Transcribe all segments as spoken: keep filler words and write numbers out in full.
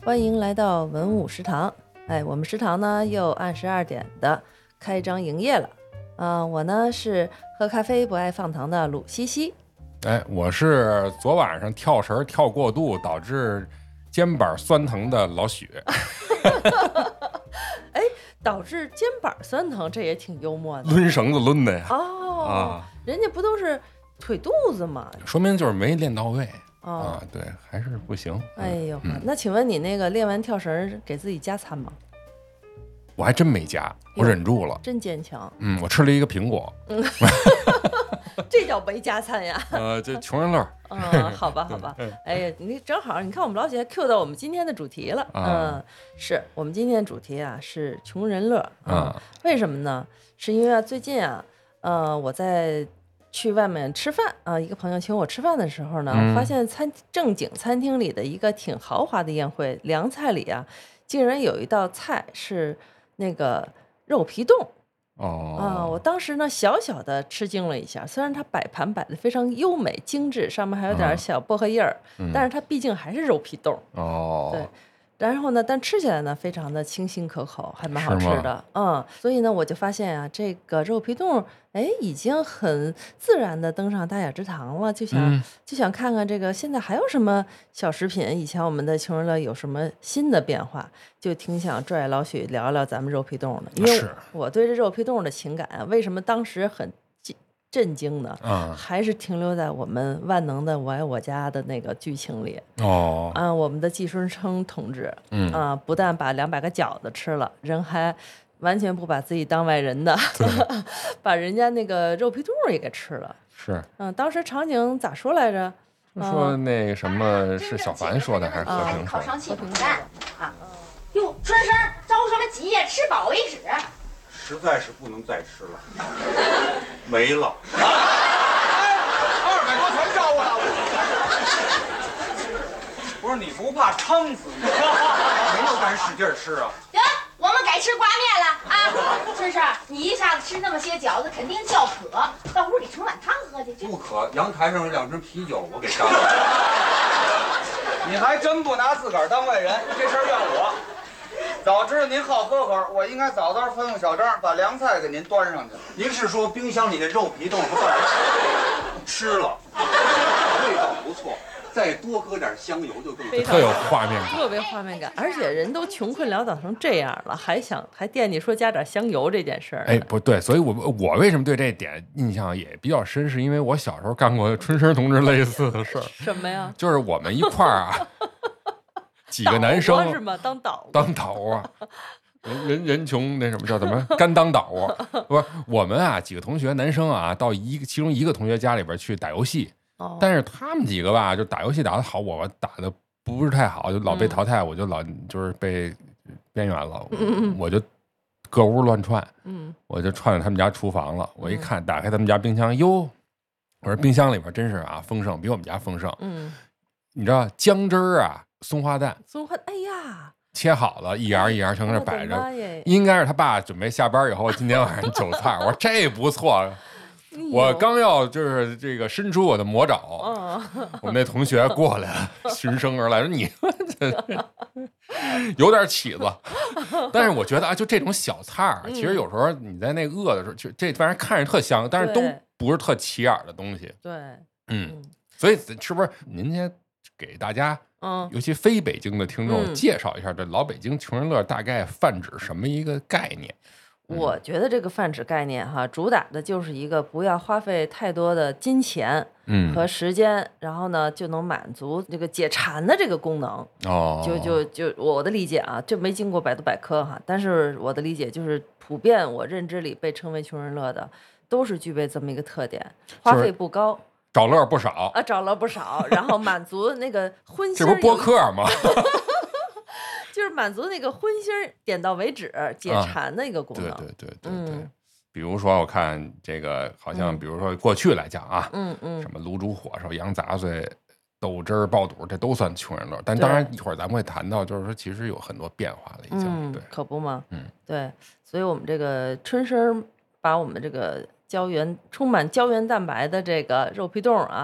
欢迎来到文武食堂。哎，我们食堂呢又按十二点的开张营业了。啊、呃，我呢是喝咖啡不爱放糖的鲁西西。 哎，我是昨晚上跳绳跳过度导致肩膀酸疼的老许。 哎，导致肩膀酸疼，这也挺幽默的。 抡绳子抡的呀。 哦，啊、人家不都是腿肚子吗？ 说明就是没练到位。 哦、 啊，对，还是不行。 哎呦、 嗯， 那请问你那个练完跳绳给自己加餐吗？ 我还真没加，我忍住了。 真坚强。 嗯，我吃了一个苹果。 嗯，这叫没加餐呀。 呃，这穷人乐。 嗯，好吧，好吧。哎呀，你正好，你看我们老姐 Q 到我们今天的主题了。 啊、 嗯，是我们今天的主题啊，是穷人乐啊、 啊。 为什么呢？是因为啊，最近啊，呃，我在去外面吃饭啊，一个朋友请我吃饭的时候呢， 嗯、 我发现餐正经餐厅里的一个挺豪华的宴会凉菜里啊，竟然有一道菜是那个肉皮冻。 哦啊，我当时呢小小的吃惊了一下，虽然它摆盘摆的非常优美精致，上面还有点小薄荷叶儿、 嗯， 但是它毕竟还是肉皮冻。 哦， 对。然后呢，但吃起来呢，非常的清新可口，还蛮好吃是的。嗯，所以呢，我就发现啊，这个肉皮冻，哎，已经很自然的登上大雅之堂了。就想、 嗯就想看看这个现在还有什么小食品，以前我们的穷人乐有什么新的变化，就挺想拽老许聊聊咱们肉皮冻的。因为是我对这肉皮冻的情感啊，为什么当时很震惊呢？ 啊， 还是停留在我们万能的我爱我家的那个剧情里。 哦， 啊，我们的季春生同志， 嗯啊，不但把两百个饺子吃了，人还完全不把自己当外人的，把人家那个肉皮冻也给吃了。 是。 嗯，当时场景咋说来着？ 说那个什么是小凡说的还是和平说烤的？ 上气不干啊！哟，春生着什么急呀？吃饱为止。 实在是不能再吃了，没了。 二百多全招呼了，不是你不怕撑死你？没有敢使劲吃啊！ 行，我们改吃挂面了啊！春生，你一下子吃那么些饺子，肯定叫渴，到屋里盛碗汤喝去。 不渴，阳台上有两只啤酒，我给上了。 你还真不拿自个儿当外人，这事儿怨我。早知道您好喝口，我应该早早吩咐小张把凉菜给您端上去。 您是说冰箱里的肉皮冻和饭吃了，味道不错，再多搁点香油就更特有画面感， 特别画面感，而且人都穷困潦倒成这样了，还想还惦记说加点香油这件事儿。 哎，不对，所以我我为什么对这点印象也比较深，是因为我小时候干过春生同志类似的事儿。 什么呀？ 就是我们一块儿啊，几个男生是吗？当导当导啊，人人人穷那什么叫什么干当导啊？不是我们啊，几个同学男生啊，到一个其中一个同学家里边去打游戏。 哦、 但是他们几个吧，就打游戏打得好，我打的不是太好，就老被淘汰，嗯、我就老就是被边缘了， 嗯、 我就各屋乱窜， 嗯， 我就窜到他们家厨房了。我一看，打开他们家冰箱，哟，我说冰箱里边真是啊丰盛，比我们家丰盛。 嗯， 你知道姜汁儿啊，松花蛋， 松花，哎呀， 切好了，一芽一芽全搁那摆着， 哎、 应该是他爸准备下班以后今天晚上韭菜。我说这不错。我刚要就是这个伸出我的魔爪， 哦、 我们那同学过来了，循声而来说：“你有点起子。”但是我觉得啊，就这种小菜儿， 嗯、 其实有时候你在那饿的时候，就这玩意儿看着特香，但是都不是特起眼的东西。 对， 嗯，所以是不是您先给大家， 嗯， 尤其非北京的听众、 嗯、 介绍一下，这老北京穷人乐大概泛指什么一个概念？ 我觉得这个泛指概念哈，主打的就是一个不要花费太多的金钱和时间，嗯、然后呢就能满足这个解馋的这个功能。 哦， 就就就我的理解啊，这没经过百度百科哈，但是我的理解就是普遍我认知里被称为穷人乐的，都是具备这么一个特点，花费不高，就是、 找乐不少啊，找乐不少，然后满足那个荤腥。 这不是播客吗？ 就是满足那个荤腥点到为止解馋的一个功能。 啊、对对对对对。 嗯、 比如说，我看这个好像，比如说过去来讲啊， 嗯嗯， 什么卤煮火烧、羊杂碎、豆汁儿、爆肚，这都算穷人乐。但当然，一会儿咱们会谈到，就是说其实有很多变化了，已经。 嗯、 对， 可不嘛。 嗯， 对，所以我们这个春生把我们这个胶原充满胶原蛋白的这个肉皮冻啊。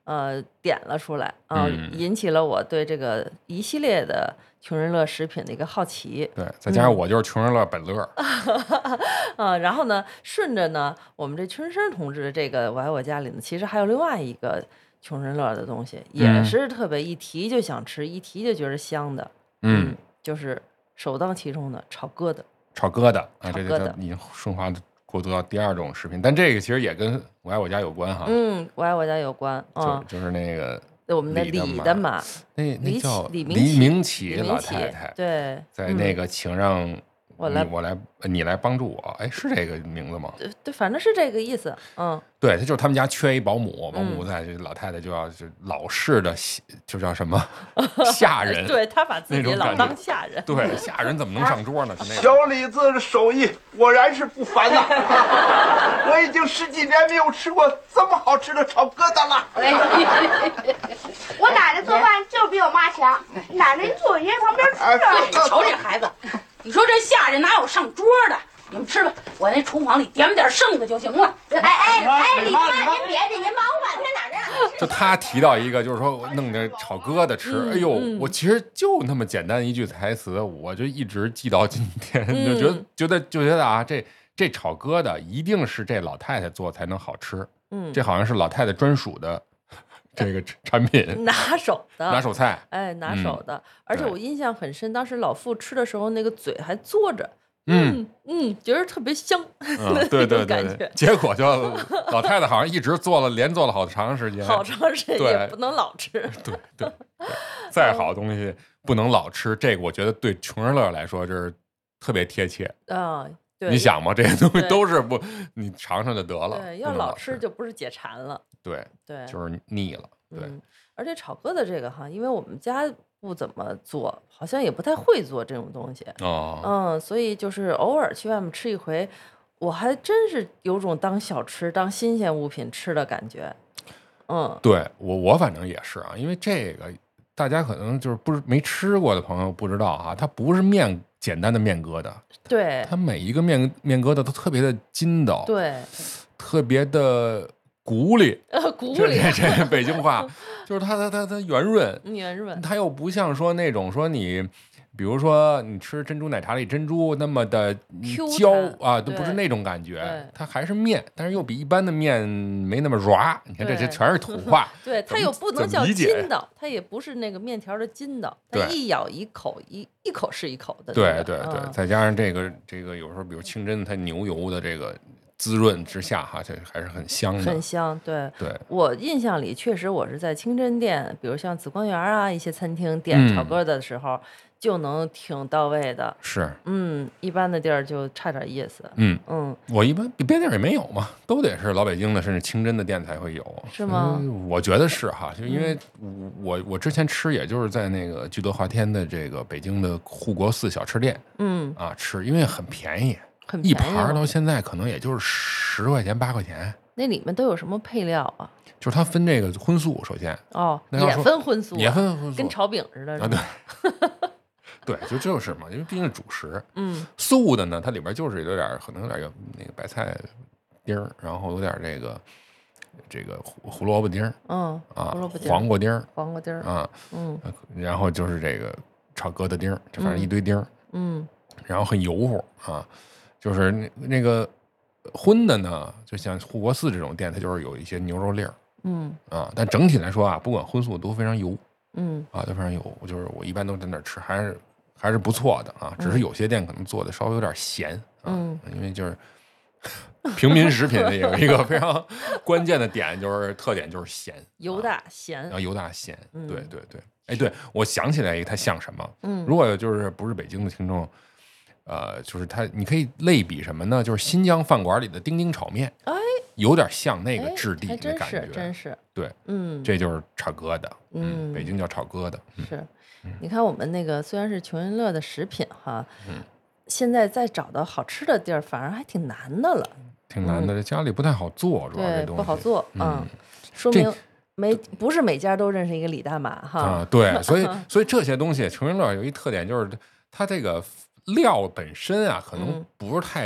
呃点了出来啊、呃嗯， 引起了我对这个一系列的穷人乐食品的一个好奇。 对，再加上我就是穷人乐本乐。 啊，然后呢，顺着呢，我们这穷人生同志的这个我爱我家里呢，其实还有另外一个穷人乐的东西，也嗯是特别一提就想吃，一提就觉得香的。 嗯， 就是首当其冲的炒疙瘩。 炒疙瘩啊， 炒这疙瘩就已经顺滑过渡到第二种食品，但这个其实也跟我爱我家有关哈。 嗯，我爱我家有关啊， 就就是那个我们的李的嘛， 那那李叫李李明启启老太太， 对， 在那个请让我来我来你来帮助我，哎，是这个名字吗？ 对对，反正是这个意思。嗯， 对，他就是他们家缺一保姆，保姆在，这老太太就要就老式的，就叫什么下人， 对他把自己老当下人， 对，下人怎么能上桌呢？是那个小李子的手艺果然是不凡呐！我已经十几年没有吃过这么好吃的炒疙瘩了。 我奶奶做饭就比我妈强，奶奶你坐爷爷旁边吃啊。 你瞅这孩子，你说这下人哪有上桌的？你们吃吧，我那厨房里点点剩的就行了。 哎哎哎，李妈，您别介，您忙活半天哪儿？ 就他提到一个，就是说我弄点炒疙瘩吃， 嗯、 哎呦、 嗯， 我其实就那么简单一句台词，我就一直记到今天， 嗯、 就觉得觉得就觉得啊，这这炒疙瘩一定是这老太太做才能好吃， 嗯， 这好像是老太太专属的这个产品， 拿手的拿手菜， 哎，拿手的， 嗯、 而且我印象很深，当时老傅吃的时候，那个嘴还嘬着。 嗯嗯，觉得特别香， 嗯，对对对对，结果就老太太好像一直做了，连做了好长时间， 好长时间也不能老吃。 对对对，再好的东西不能老吃，这个我觉得对穷人乐来说这是特别贴切啊。对， 你想嘛，这些东西都是不，你尝尝就得了。 对，要老吃就不是解馋了。 对对， 就是腻了。对， 嗯，而且炒疙瘩这个哈，因为我们家不怎么做，好像也不太会做这种东西。 哦， 嗯，所以就是偶尔去外面吃一回，我还真是有种当小吃、当新鲜物品吃的感觉。嗯， 对我我反正也是啊，因为这个大家可能就是不是没吃过的朋友不知道啊，它不是面简单的面疙瘩， 对， 它每一个面面疙瘩都特别的筋道， 对， 特别的鼓里， 呃，鼓里， 这这北京话就是它它它它圆润， 圆润， 它又不像说那种说你。比如说你吃珍珠奶茶里珍珠那么的焦啊，都不是那种感觉，它还是面，但是又比一般的面没那么软。你看这这全是土话， 对，它又不能叫筋道，它也不是那个面条的筋道，它一咬一口一一口是一口的。 对对对，再加上这个这个有时候比如清真它牛油的这个滋润之下哈，这还是很香的， 很香。对对， 我印象里确实我是在清真店，比如像紫光园啊一些餐厅点炒疙瘩的时候。嗯就能挺到位的， 是， 嗯，一般的地儿就差点意思， 嗯嗯， 我一般别地儿也没有嘛，都得是老北京的，甚至清真的店才会有， 是吗？ 嗯、我觉得是哈，就因为我我之前吃也就是在那个聚德华天的这个北京的护国寺小吃店， 嗯啊吃，因为很便宜， 很便宜， 一盘到现在可能也就是十块钱八块钱。 那里面都有什么配料啊？ 就是它分这个荤素，首先哦，也分荤素、啊， 也分荤素， 跟炒饼似的啊，对。对，就就是嘛，因为毕竟是主食。 嗯， 素的呢，它里边就是有点可能有点有那个白菜丁儿，然后有点这个这个胡胡萝卜丁儿， 嗯啊， 胡萝卜丁黄瓜丁儿， 黄瓜丁儿啊， 嗯， 然后就是这个炒疙瘩丁儿，这反正一堆丁儿， 嗯， 然后很油乎啊，就是那那个荤的呢，就像护国寺这种店，它就是有一些牛肉粒儿， 嗯啊，但整体来说啊，不管荤素都非常油。 嗯啊，都非常油，就是我一般都在那儿吃，还是还是不错的啊。只是有些店可能做的稍微有点咸啊， 嗯、 因为就是平民食品有一个非常关键的点，就是特点就是咸， 油大咸， 然后油大咸， 嗯、 对对对。哎，对我想起来一个，它像什么？ 嗯， 如果就是不是北京的听众，呃，就是它，你可以类比什么呢？就是新疆饭馆里的丁丁炒面， 哎。 有点像那个质地的感觉， 真是真是对， 嗯， 这就是炒疙瘩， 嗯， 北京叫炒疙瘩， 是。 嗯、 你看我们那个虽然是穷人乐的食品哈， 嗯， 现在再找到好吃的地儿反而还挺难的了， 挺难的，这、嗯、家里不太好做，主要这东西不好做， 嗯， 说明没不是每家都认识一个李大马哈， 啊，对，所以所以这些东西穷人乐有一特点就是它这个料本身啊，可能不是太。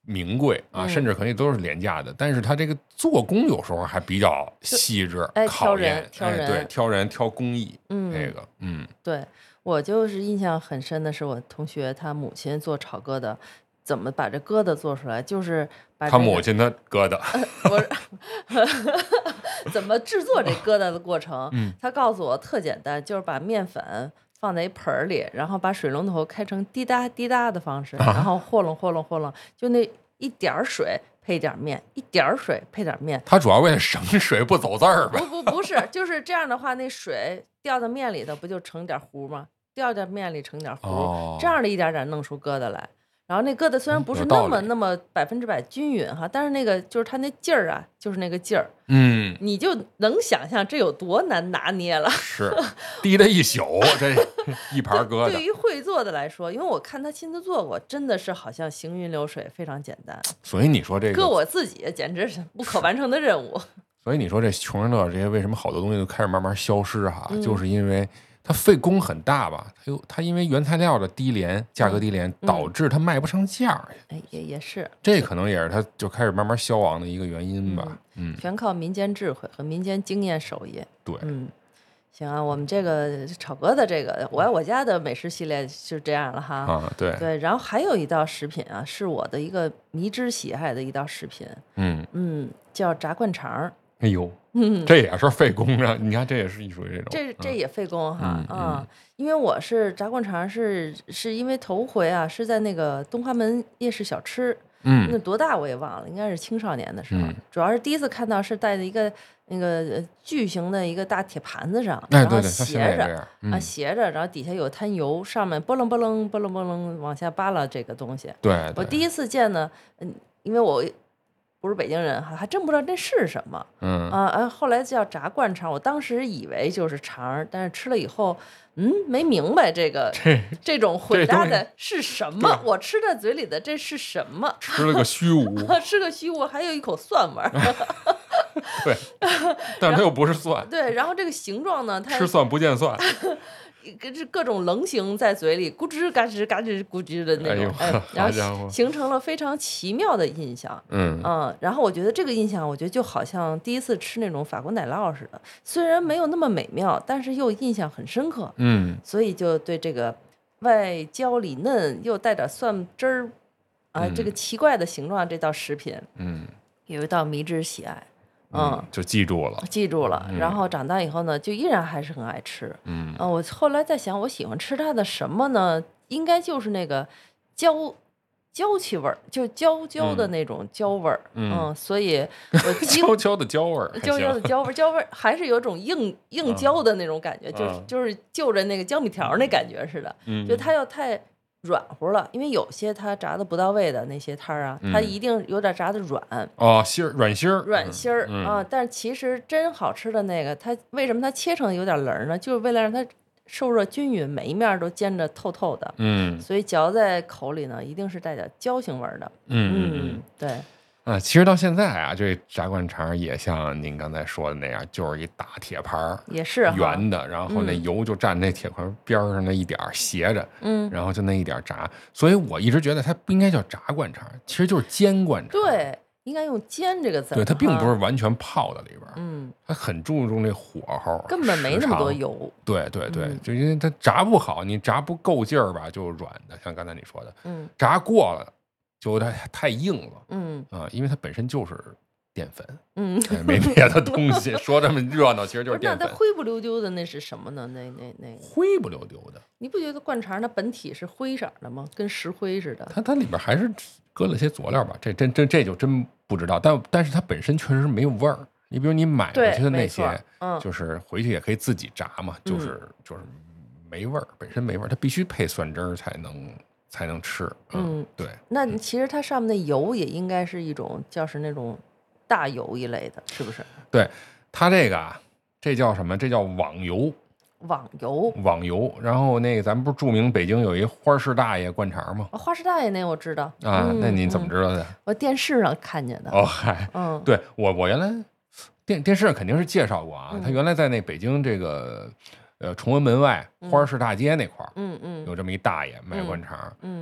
名贵啊， 嗯、 甚至可能都是廉价的，但是它这个做工有时候还比较细致， 哎、 考验， 挑人， 哎，对，挑人挑工艺， 嗯， 这个，嗯， 对我就是印象很深的是我同学他母亲做炒疙瘩。怎么把这疙瘩做出来？就是把、这个、 他母亲的疙瘩， 不是怎么制作这疙瘩的过程？ 嗯， 他告诉我特简单，就是把面粉放在一盆儿里，然后把水龙头开成滴答滴答的方式，然后和弄和弄和弄，就那一点水配点面，一点水配点面。 他主要为了省水不走字儿吧？ 不不不是，就是这样的话，那水掉到面里头不就成点糊吗？掉到面里成点糊， 哦、 这样的一点点弄出疙瘩来。然后那疙瘩虽然不是那么那么百分之百均匀哈，但是那个就是它那劲儿啊，就是那个劲儿， 嗯， 你就能想象这有多难拿捏了。 是滴了一宿，这一盘疙瘩。 对于会做的来说，因为我看他亲自做过，真的是好像行云流水，非常简单。 所以你说这个， 搁我自己简直是不可完成的任务。 所以你说这穷人乐这些为什么好多东西都开始慢慢消失哈？ 嗯、 就是因为。它费工很大吧？它有它因为原材料的低廉，价格低廉， 嗯、 导致它卖不上价。 哎，也也是， 这可能也是它就开始慢慢消亡的一个原因吧。嗯， 嗯全靠民间智慧和民间经验手艺。 对， 嗯，行啊，我们这个炒疙瘩这个，我爱我家的美食系列就这样了哈。 啊，对对，然后还有一道食品啊，是我的一个迷之喜爱的一道食品。 嗯嗯，叫炸灌肠。 哎呦。嗯，这也是费工啊！你看，这也是属于这种， 这这也费工哈啊、 嗯嗯！ 因为我是炸灌肠是，是是因为头回啊，是在那个东华门夜市小吃， 嗯， 那多大我也忘了，应该是青少年的时候。嗯、主要是第一次看到是带着一个那个巨型的一个大铁盘子上， 哎、 然后斜着、 嗯、 啊斜着，然后底下有滩油，上面波楞波楞波楞波楞往下扒拉这个东西。 对， 我第一次见呢，嗯，因为我。不是北京人哈，还真不知道这是什么。 嗯啊啊，后来叫炸灌肠，我当时以为就是肠，但是吃了以后，嗯，没明白这个这这种混搭的是什么。我吃在嘴里的这是什么？ 吃了个虚无， 吃个虚无，还有一口蒜味儿。 对，但是它又不是蒜。 对，然后这个形状呢，它吃蒜不见蒜。 各各种棱形在嘴里咕吱嘎吱嘎吱咕吱的那种，哎，然后形成了非常奇妙的印象。 嗯嗯，然后我觉得这个印象，我觉得就好像第一次吃那种法国奶酪似的，虽然没有那么美妙，但是又印象很深刻。 嗯， 所以就对这个外焦里嫩又带点蒜汁儿啊、嗯，这个奇怪的形状这道食品， 嗯， 有一道迷之喜爱。 嗯，就记住了， 记住了。 嗯、 然后长大以后呢，就依然还是很爱吃。 嗯， 呃、我后来在想，我喜欢吃它的什么呢？应该就是那个焦焦气味儿，就焦焦的那种焦味儿。 嗯， 嗯所以我焦焦的焦味儿， 焦焦的焦味儿，焦味儿还是有种硬硬焦的那种感觉， 嗯、 就是就是就着那个焦米条那感觉似的。 嗯， 就它要太。软乎了，因为有些它炸的不到位的那些摊儿啊， 嗯、 它一定有点炸的软哦，芯儿软芯儿， 软芯儿、 嗯、 啊。但是其实真好吃的那个，它为什么它切成有点棱呢？就是为了让它受热均匀，每一面都煎着透透的。 嗯， 所以嚼在口里呢，一定是带点焦腥味儿的。 嗯嗯嗯，对。 啊，其实到现在啊，这炸灌肠也像您刚才说的那样，就是一大铁盘， 也是圆的，然后那油就蘸那铁盘边上那一点斜着， 嗯， 然后就那一点炸。所以我一直觉得它不应该叫炸灌肠，其实就是煎灌肠。 对，应该用煎这个字。 对，它并不是完全泡在里边， 嗯， 它很注重这火候， 根本没那么多油。 对对对， 嗯、 就因为它炸不好，你炸不够劲儿吧，就软的，像刚才你说的， 嗯， 炸过了。就太太硬了， 嗯啊，因为它本身就是淀粉， 嗯， 没别的东西。说这么热闹，其实就是淀粉。 那它灰不溜丢的那是什么呢？那那那灰不溜丢的， 你不觉得灌肠它本体是灰色的吗？跟石灰似的。 它它里边还是搁了些佐料吧？这真真这就真不知道。但但是它本身确实没有味儿。你比如你买回去的那些， 嗯， 就是回去也可以自己炸嘛，就是、嗯、就是没味儿，本身没味儿，它必须配蒜汁儿才能。才能吃，嗯，嗯对。 那其实它上面的油也应该是一种，就是那种大油一类的，是不是？ 对，它这个啊，这叫什么？这叫网油。 网油。网油。然后那个，咱们不是著名北京有一花市大爷灌肠吗？ 哦、花市大爷那我知道啊， 嗯、 那你怎么知道的？ 我电视上看见的。 哦嗨， 嗯， 对我我原来电电视上肯定是介绍过啊， 嗯、 他原来在那北京这个。呃，崇文门外花市大街那块儿， 嗯嗯， 有这么一大爷卖灌肠， 嗯，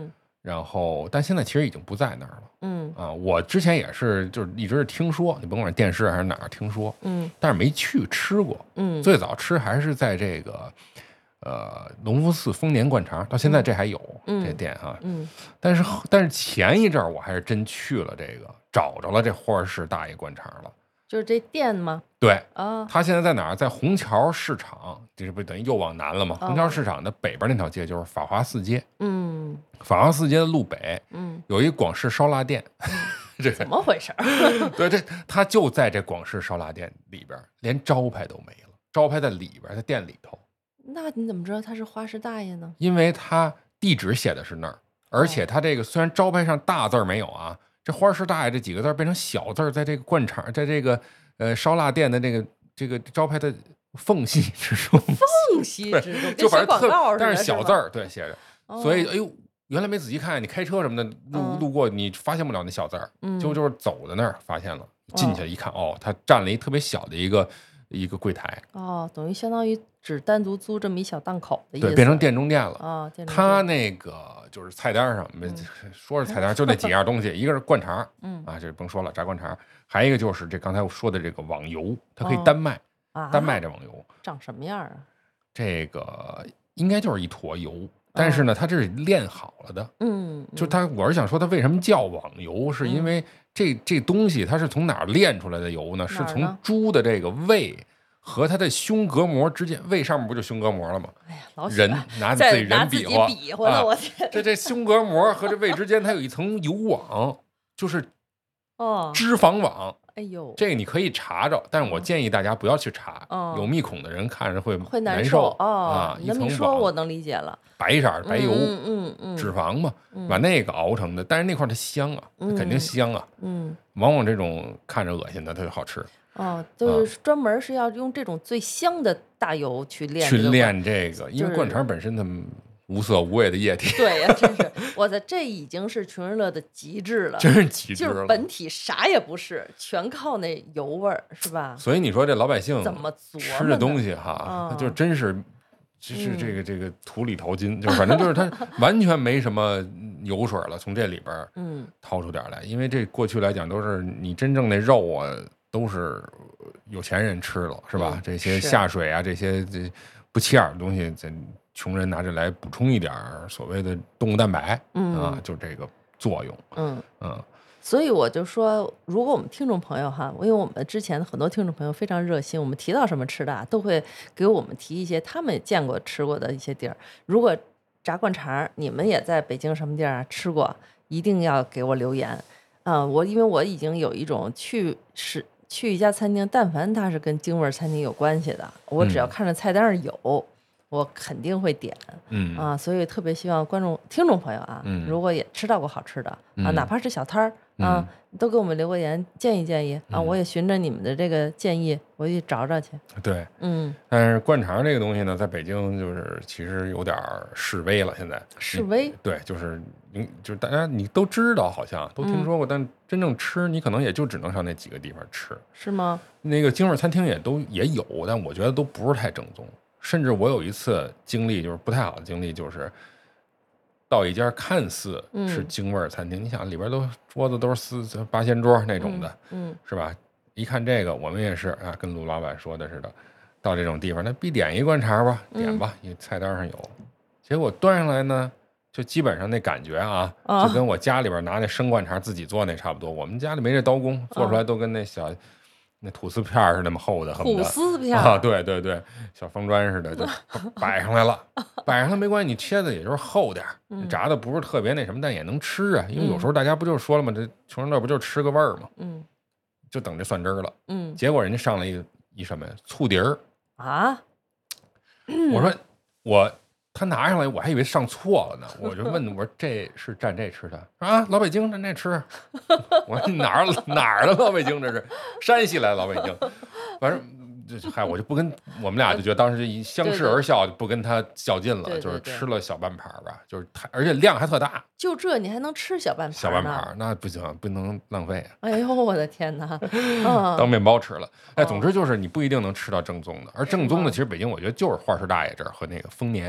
然后但现在其实已经不在那儿了。 嗯啊，我之前也是，就是一直是听说，你甭管电视还是哪儿听说， 嗯， 但是没去吃过。 嗯， 最早吃还是在这个呃隆福寺丰年灌肠，到现在这还有、 嗯、 这店哈。 嗯， 但是但是前一阵儿我还是真去了这个，找着了这花市大爷灌肠了。 就是这店吗？ 对啊， 他现在在哪儿？在虹桥市场，这不等于又往南了吗？ 哦、 虹桥市场的北边那条街就是法华寺街。 嗯， 法华寺街的路北， 嗯， 有一广式烧腊店。这怎么回事？ 对，这他就在这广式烧腊店里边，连招牌都没了，招牌在里边，在店里头。 那你怎么知道他是花市大爷呢？ 因为他地址写的是那儿，而且他这个虽然招牌上大字没有啊。这花市大爷这几个字变成小字，在这个灌肠，在这个呃烧腊店的这个这个招牌的缝隙之中， 缝隙之中， 就反正特，但是小字儿对写着， 哦、 所以哎呦，原来没仔细看，你开车什么的路、嗯、路过，你发现不了那小字儿， 嗯、 就就是走到那儿发现了，进去一看，哦，他占了一特别小的一个一个柜台， 哦，等于相当于只单独租这么一小档口的意思， 对，变成店中店了。 啊、哦， 他那个。就是菜单上没、嗯、说是菜单，就那几样东西，一个是灌肠， 嗯啊，这甭说了，炸灌肠，还有一个就是这刚才我说的这个网油，它可以单卖， 哦、 单卖这网油， 长什么样啊？ 这个应该就是一坨油，但是呢，它这是炼好了的， 嗯， 就它，我是想说它为什么叫网油，是因为这、嗯、这东西它是从哪儿炼出来的油呢？是从猪的这个胃。和它的胸膈膜之间，胃上面不就胸膈膜了吗？ 哎呀，老人拿自己人比划， 比划了，我天！ 这这胸膈膜和这胃之间，它有一层油网，就是哦脂肪网。 哎呦， 这个你可以查着，但是我建议大家不要去查， 哦、 有密孔的人看着会会难受啊。 哦、你这么一说，我能理解了。 白色白油， 嗯嗯嗯， 脂肪嘛， 嗯、 把那个熬成的，但是那块它香啊，它肯定香啊。 嗯， 往往这种看着恶心的，它就好吃。 哦，就是专门是要用这种最香的大油去炼去炼这个，因为灌肠本身它无色无味的液体。 对呀，真是，我的这已经是穷人乐的极致了， 真是极致了， 就是本体啥也不是，全靠那油味儿，是吧？ 所以你说这老百姓怎么吃的东西哈，它就真是。就是这个这个土里淘金，就反正就是它完全没什么油水了，从这里边嗯掏出点来，因为这过去来讲都是你真正那肉啊都是有钱人吃了是吧？这些下水啊这些这不起眼的东西，这穷人拿着来补充一点所谓的动物蛋白啊，就这个作用。 嗯嗯。 所以我就说，如果我们听众朋友哈，因为我们之前的很多听众朋友非常热心，我们提到什么吃的啊，都会给我们提一些他们见过吃过的一些地儿。如果炸灌肠你们也在北京什么地儿啊吃过，一定要给我留言。啊、呃，我因为我已经有一种去是去一家餐厅，但凡它是跟京味餐厅有关系的，我只要看着菜单上有。嗯我肯定会点， 嗯啊，所以特别希望观众、听众朋友啊， 嗯、 如果也吃到过好吃的、 嗯、 啊，哪怕是小摊儿啊、嗯，都给我们留个言，建议建议啊， 嗯、 我也循着你们的这个建议，我去找找去。 对， 嗯， 但是灌肠这个东西呢，在北京就是其实有点示威了，现在示威， 对，就是你就是大家你都知道，好像都听说过，嗯、但真正吃你可能也就只能上那几个地方吃， 是吗？ 那个京味餐厅也都也有，但我觉得都不是太正宗。甚至我有一次经历，就是不太好的经历，就是到一家看似是京味餐厅，嗯、你想里边都桌子都是四八仙桌那种的， 嗯，嗯是吧？一看这个，我们也是啊，跟卢老板说的似的，到这种地方，那必点一灌肠吧，点吧，因为菜单上有。结果端上来呢，就基本上那感觉啊， 哦、 就跟我家里边拿那生灌肠自己做那差不多。我们家里没这刀工，做出来都跟那小。哦那吐司片是那么厚的， 吐司片啊，对对对，小方砖似的就摆上来了，摆上来没关系，你切的也就是厚点， 嗯、 炸的不是特别那什么，但也能吃啊。因为有时候大家不就是说了吗？这穷人乐不就是吃个味儿吗？ 嗯， 就等这蒜汁儿了。 嗯， 结果人家上来一一什么呀？醋碟儿啊！ 我说我他拿上来，我还以为上错了呢，我就问我说这是蘸这吃的啊？老北京蘸这吃？我说哪儿哪儿的老北京？这是山西来的老北京，反正就嗨，我就不跟我们俩就觉得当时一相视而笑，就不跟他较劲了， 对对对就是吃了小半盘吧，就是太而且量还特大。 就这你还能吃小半盘？ 小半盘那不行，不能浪费。 哎呦我的天哪！ 当面包吃了。哎，总之就是你不一定能吃到正宗的，而正宗的其实北京我觉得就是花市大爷这儿和那个丰年。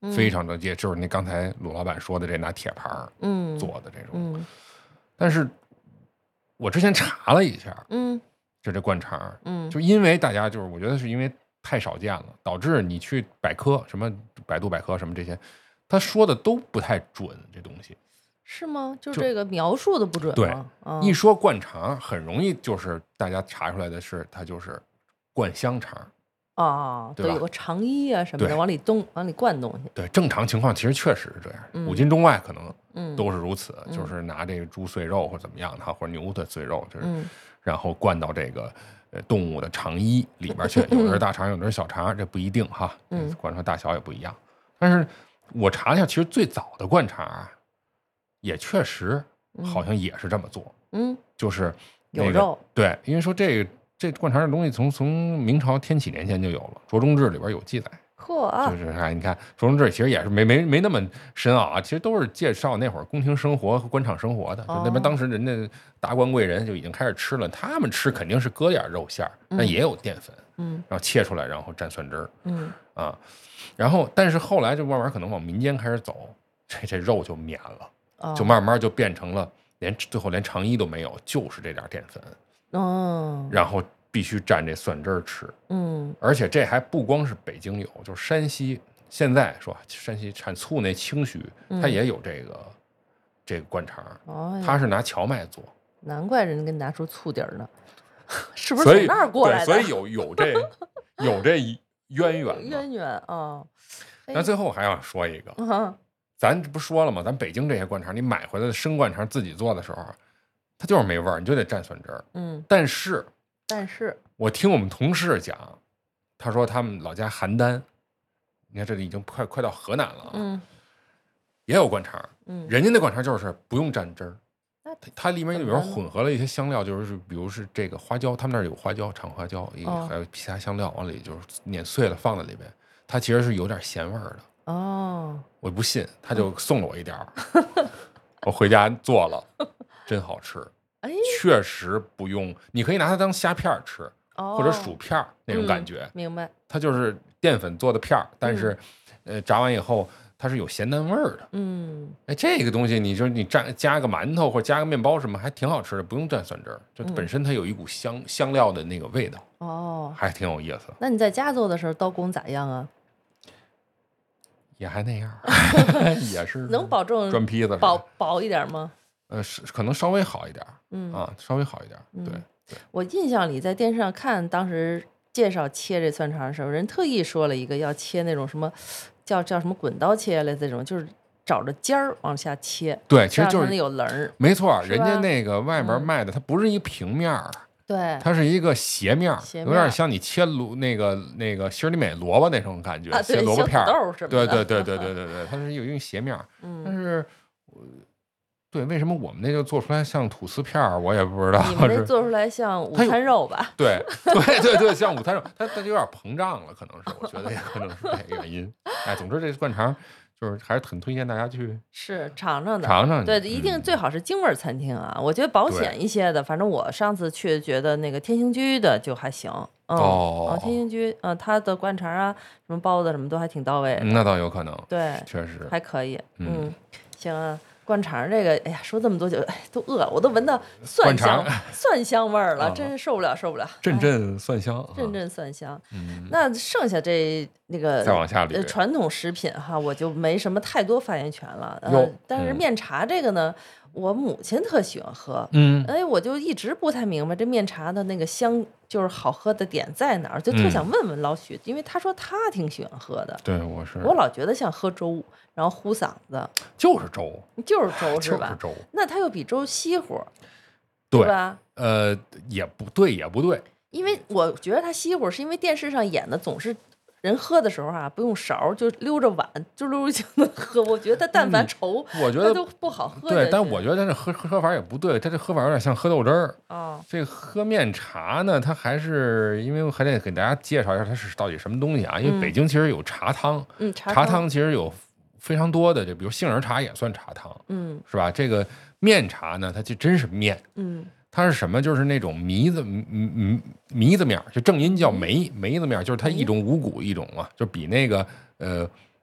非常的也就是那刚才鲁老板说的这拿铁盘嗯做的这种。 嗯， 但是我之前查了一下， 嗯， 就这灌肠， 嗯， 就因为大家就是我觉得是因为太少见了，导致你去百科什么百度百科什么这些，他说的都不太准，这东西。 是吗？就这个描述的不准吗？ 对， 嗯、 一说灌肠，很容易就是大家查出来的是它就是灌香肠。 哦， 对吧？ 有个肠衣啊什么的，往里东往里灌东西。 对，正常情况其实确实是这样， 嗯、 古今中外可能嗯都是如此， 嗯、 就是拿这个猪碎肉或者怎么样的，或者牛的碎肉，就是、 嗯、 然后灌到这个呃动物的肠衣里边去，有的是大肠，有的是小肠，这不一定哈， 嗯， 灌出大小也不一样。但是我查了一下，其实最早的灌肠啊，也确实好像也是这么做， 嗯， 就是、那个、 有肉， 对，因为说这个。这灌肠这东西从从明朝天启年间就有了，《卓中志》里边有记载。 嚯啊！ 就是哎，你看《卓中志》其实也是没没没那么深奥啊，其实都是介绍那会儿宫廷生活和官场生活的。就那边当时人家达官贵人就已经开始吃了，他们吃肯定是搁点肉馅儿，但也有淀粉， 嗯， 然后切出来，然后蘸蒜汁儿， 嗯啊，然后但是后来就慢慢可能往民间开始走，这这肉就免了， 哦、 就慢慢就变成了连最后连肠衣都没有，就是这点淀粉， 哦， 然后。必须蘸这蒜汁儿吃， 嗯， 而且这还不光是北京有，就是山西现在说山西产醋那清徐，它也有这个、嗯、这个灌肠， 哦， 它是拿荞麦做， 难怪人家给你拿出醋底儿呢，是不是从那儿过来的？ 所以有有这有这渊源渊源啊。哦、 那最后还要说一个， 嗯、 咱不说了吗？咱北京这些灌肠，你买回来的生灌肠自己做的时候，它就是没味儿，你就得蘸蒜汁儿。 嗯， 但是。 但是我听我们同事讲，他说他们老家邯郸，你看这里已经快快到河南了啊， 嗯， 也有灌肠， 嗯， 人家那灌肠就是不用蘸汁儿， 它它里面里面混合了一些香料，就是比如是这个花椒，他们那儿有花椒、长花椒， 哦、 还有其他香料，往里就是碾碎了放在里边，它其实是有点咸味儿的。 哦， 我不信，他就送了我一点儿，我回家做了，真好吃。 哎， 确实不用，你可以拿它当虾片吃， 哦、 或者薯片那种感觉、 嗯。明白。 它就是淀粉做的片儿，但是、嗯，呃，炸完以后它是有咸淡味儿的。 嗯， 哎，这个东西你说你蘸加个馒头或者加个面包什么，还挺好吃的，不用蘸蒜汁儿，就本身它有一股香、嗯、香料的那个味道。 哦， 还挺有意思。 那你在家做的时候刀工咋样啊？ 也还那样，也是能保证砖坯子薄薄一点吗？ 呃，是可能稍微好一点， 嗯啊，稍微好一点， 嗯、 对对。 我印象里在电视上看，当时介绍切这蒜肠的时候，人特意说了一个要切那种什么，叫叫什么滚刀切类这种，就是找着尖儿往下切。 对，其实就是那有棱儿。 没错，人家那个外面卖的，它不是一平面儿。 对， 它是一个斜面， 斜面有点像你切萝那个那个心里美萝卜那种感觉， 啊、 切萝卜片儿， 对对对对对对对，它是有一个斜面。 嗯， 但是，对，为什么我们那就做出来像吐司片儿，我也不知道。 你们那做出来像午餐肉吧？ 对对对对，像午餐肉，它它有点膨胀了，可能是，我觉得也可能是这个原因。哎，总之这灌肠。就是还是很推荐大家去是尝尝的， 尝尝。 对，一定最好是京味餐厅啊。嗯、我觉得保险一些的，反正我上次去觉得那个天兴居的就还行。嗯、 哦， 天兴居，嗯、呃，它的灌肠啊，什么包子什么都还挺到位的。 那倒有可能。 对， 确实还可以。 嗯， 嗯行啊。灌肠这个，哎呀，说这么多久，哎，都饿了，我都闻到蒜香蒜香味儿了，真是受不了，受不了。 阵阵蒜香， 阵阵蒜香。 嗯， 那剩下这那个再往下捋， 传统食品哈，我就没什么太多发言权了。呃，但是面茶这个呢，我母亲特喜欢喝， 嗯， 哎，我就一直不太明白这面茶的那个香，就是好喝的点在哪儿，就特想问问老许，因为他说他挺喜欢喝的。 对，我是， 我老觉得像喝粥。然后糊嗓子， 就是粥， 就是粥是吧？ 就是粥。 那它又比粥稀乎， 对吧？ 呃，也不对，也不对。 因为我觉得它稀乎，是因为电视上演的总是人喝的时候啊，不用勺，就溜着碗，就溜着就能喝。我觉得它但凡稠， 嗯、我觉得都不好喝。 对，但我觉得它这喝喝法也不对，它这喝法有点像喝豆汁儿。 哦， 这个喝面茶呢，它还是因为还得给大家介绍一下它是到底什么东西啊？因为北京其实有茶汤， 嗯，茶茶汤其实有。非常多的，就比如杏仁茶也算茶汤， 嗯， 是吧？这个面茶呢，它就真是面， 嗯， 它是什么？就是那种糜子，糜糜子面，就正音叫梅，梅子面，就是它一种五谷一种嘛，就比那个呃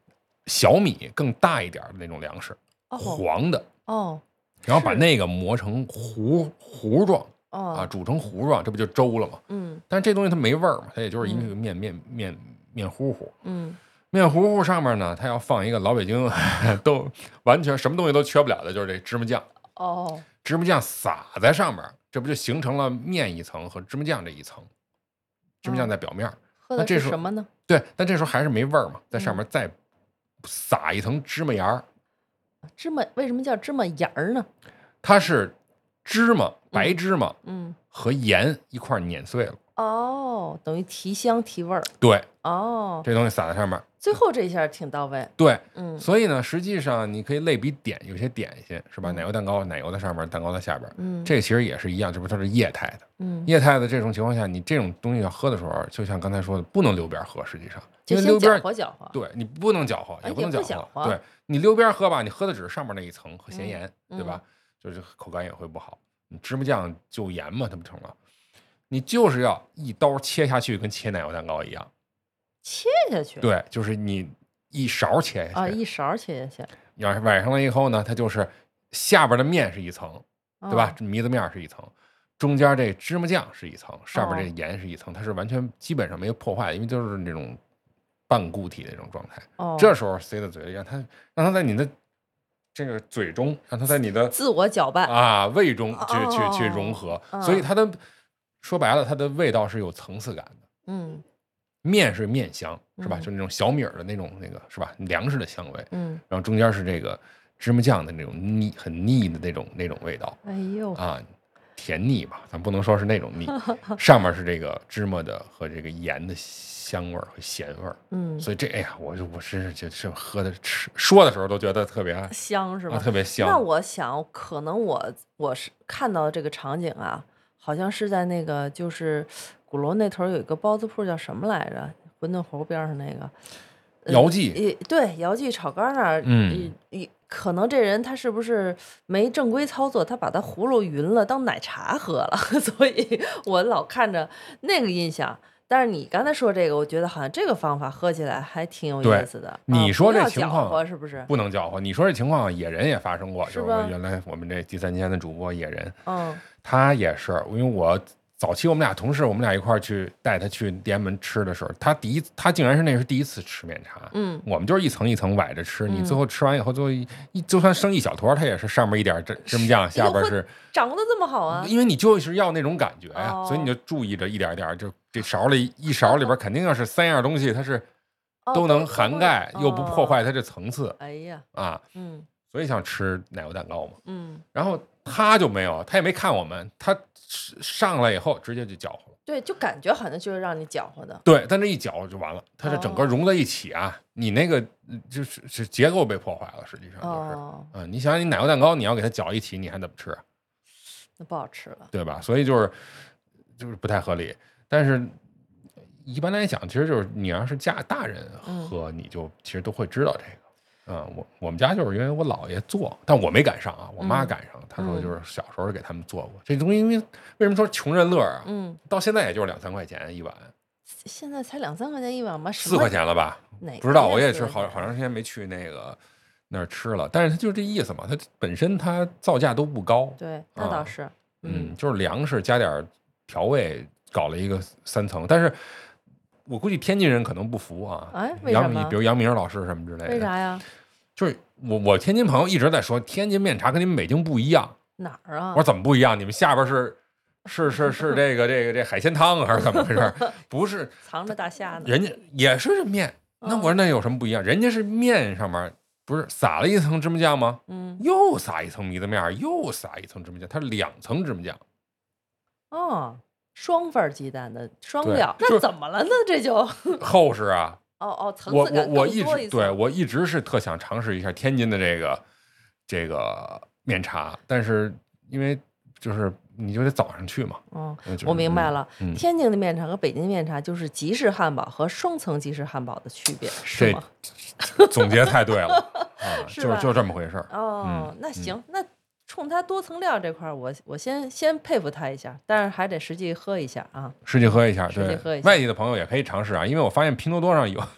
小米更大一点的那种粮食， 哦、 黄的哦， 然后把那个磨成糊糊状。 哦、 啊，煮成糊状，这不就粥了吗？ 嗯， 但是这东西它没味儿嘛，它也就是一个面、嗯、面面面糊糊。 嗯， 面糊糊上面呢，它要放一个老北京都完全什么东西都缺不了的，就是这芝麻酱。 哦， 芝麻酱撒在上面，这不就形成了面一层和芝麻酱这一层？芝麻酱在表面， 喝的是什么呢？ 对，但这时候还是没味儿嘛，在上面再撒一层芝麻芽儿。 芝麻为什么叫芝麻芽儿呢？ 它是芝麻。白芝麻， 嗯， 和盐一块碾碎了， 哦，等于提香提味儿， 对， 哦， 这东西撒在上面， 最后这一下挺到位， 对， 嗯， 所以呢，实际上你可以类比点，有些点心是吧？奶油蛋糕，奶油在上面，蛋糕在下边， 嗯， 这个其实也是一样，这不它是液态的， 嗯， 液态的这种情况下，你这种东西要喝的时候，就像刚才说的，不能溜边喝，实际上， 因为溜边搅和搅和， 对你不能搅和，也不能搅和， 搅和对你溜边喝吧，你喝的只是上面那一层和咸盐， 嗯、 对吧？就是口感也会不好。你芝麻酱就盐嘛，它不成了？你就是要一刀切下去，跟切奶油蛋糕一样， 切下去。 对，就是你一勺切下去啊，一勺切下去。 要是崴上了以后呢，它就是下边的面是一层，对吧？ 哦、 糜子面是一层，中间这芝麻酱是一层，上面这盐是一层，它是完全基本上没有破坏的，因为就是那种半固体的这种状态。 哦、 这时候塞到嘴里，让它让它在你的这个嘴中，让它在你的自我搅拌啊胃中去、 哦、 去去融合， 哦、 所以它的说白了，它的味道是有层次感的。 嗯， 面是面香，是吧？ 嗯、 就那种小米儿的那种那个是吧？粮食的香味。 嗯， 然后中间是这个芝麻酱的那种腻，很腻的那种那种味道。 哎呦啊，甜腻吧，咱不能说是那种腻。上面是这个芝麻的和这个盐的香味和咸味儿， 嗯， 所以这哎呀，我就我真是觉得这喝的吃说的时候都觉得特别香，是吧？ 啊、特别香。 那我想，可能我我是看到这个场景啊，好像是在那个就是鼓楼那头有一个包子铺，叫什么来着？馄饨侯边上那个姚记， 呃、对，姚记炒肝那儿， 嗯， 可能这人他是不是没正规操作，他把它葫芦匀了当奶茶喝了，所以我老看着那个印象。但是你刚才说这个，我觉得好像这个方法喝起来还挺有意思的。 你说这情况、 啊、是不是不能搅和？你说这情况，野人也发生过， 是吧？就是原来我们这第三间的主播野人， 嗯， 他也是，因为我早期我们俩同事，我们俩一块儿去带他去天安门吃的时候，他第一他竟然是那是第一次吃面茶， 嗯， 我们就是一层一层崴着吃，嗯、你最后吃完以后，最后一就算剩一小坨，它也是上面一点芝芝麻酱，下边是掌握的这么好啊， 因为你就是要那种感觉呀、啊， 哦、 所以你就注意着一点点就。这勺里一勺里边肯定要是三样东西，它是都能涵盖， 哦、 又不破坏它这层次。 哎呀， 啊， 嗯， 所以想吃奶油蛋糕嘛， 嗯， 然后他就没有，他也没看我们，他上来以后直接就搅和了。 对，就感觉好像就是让你搅和的。 对，但这一搅就完了，它是整个融在一起啊，哦、你那个就是是结构被破坏了，实际上就是， 哦、 嗯，你想想你奶油蛋糕，你要给它搅一起，你还怎么吃？ 那不好吃了， 对吧？所以就是就是不太合理。但是，一般来讲，其实就是你要是家大人喝，嗯、你就其实都会知道这个。嗯，我我们家就是因为我姥爷做，但我没赶上啊，我妈赶上。她、嗯、说就是小时候给他们做过、嗯、这东西，因为为什么说穷人乐啊？ 嗯， 到现在也就是两三块钱一碗。 现在才两三块钱一碗吗？ 四块钱了吧？不知道，我也是好好长时间没去那个那儿吃了。但是它就是这意思嘛，它本身它造价都不高。 对，那倒是。 啊、嗯，就是粮食加点调味。搞了一个三层，但是我估计天津人可能不服啊。 哎，为什么？ 比如杨明老师什么之类的。 为啥呀？ 就是我我天津朋友一直在说，天津面茶跟你们北京不一样。 哪儿啊？ 我说怎么不一样？你们下边是是是是这个这个这海鲜汤还是怎么回事？不是藏着大虾呢。 人家也是面，那我说那有什么不一样？人家是面上面不是撒了一层芝麻酱吗？ 嗯， 又撒一层糜子面，又撒一层芝麻酱，它是两层芝麻酱。 哦。双份鸡蛋的双料，那怎么了呢？这就厚实啊！ 哦哦，层次感我我我一直对我一直是特想尝试一下天津的这个这个面茶，但是因为就是你就得早上去嘛。 嗯， 就是、 我明白了、 嗯， 天津的面茶和北京的面茶就是吉士汉堡和双层吉士汉堡的区别，是吗？ 总结太对了啊， 是就是就这么回事儿。 哦， 嗯、 那行，嗯、那。冲它多层料这块，我我先先佩服他一下，但是还得实际喝一下啊！ 实际喝一下，对， 喝一下。 外地的朋友也可以尝试啊，因为我发现拼多多上有拼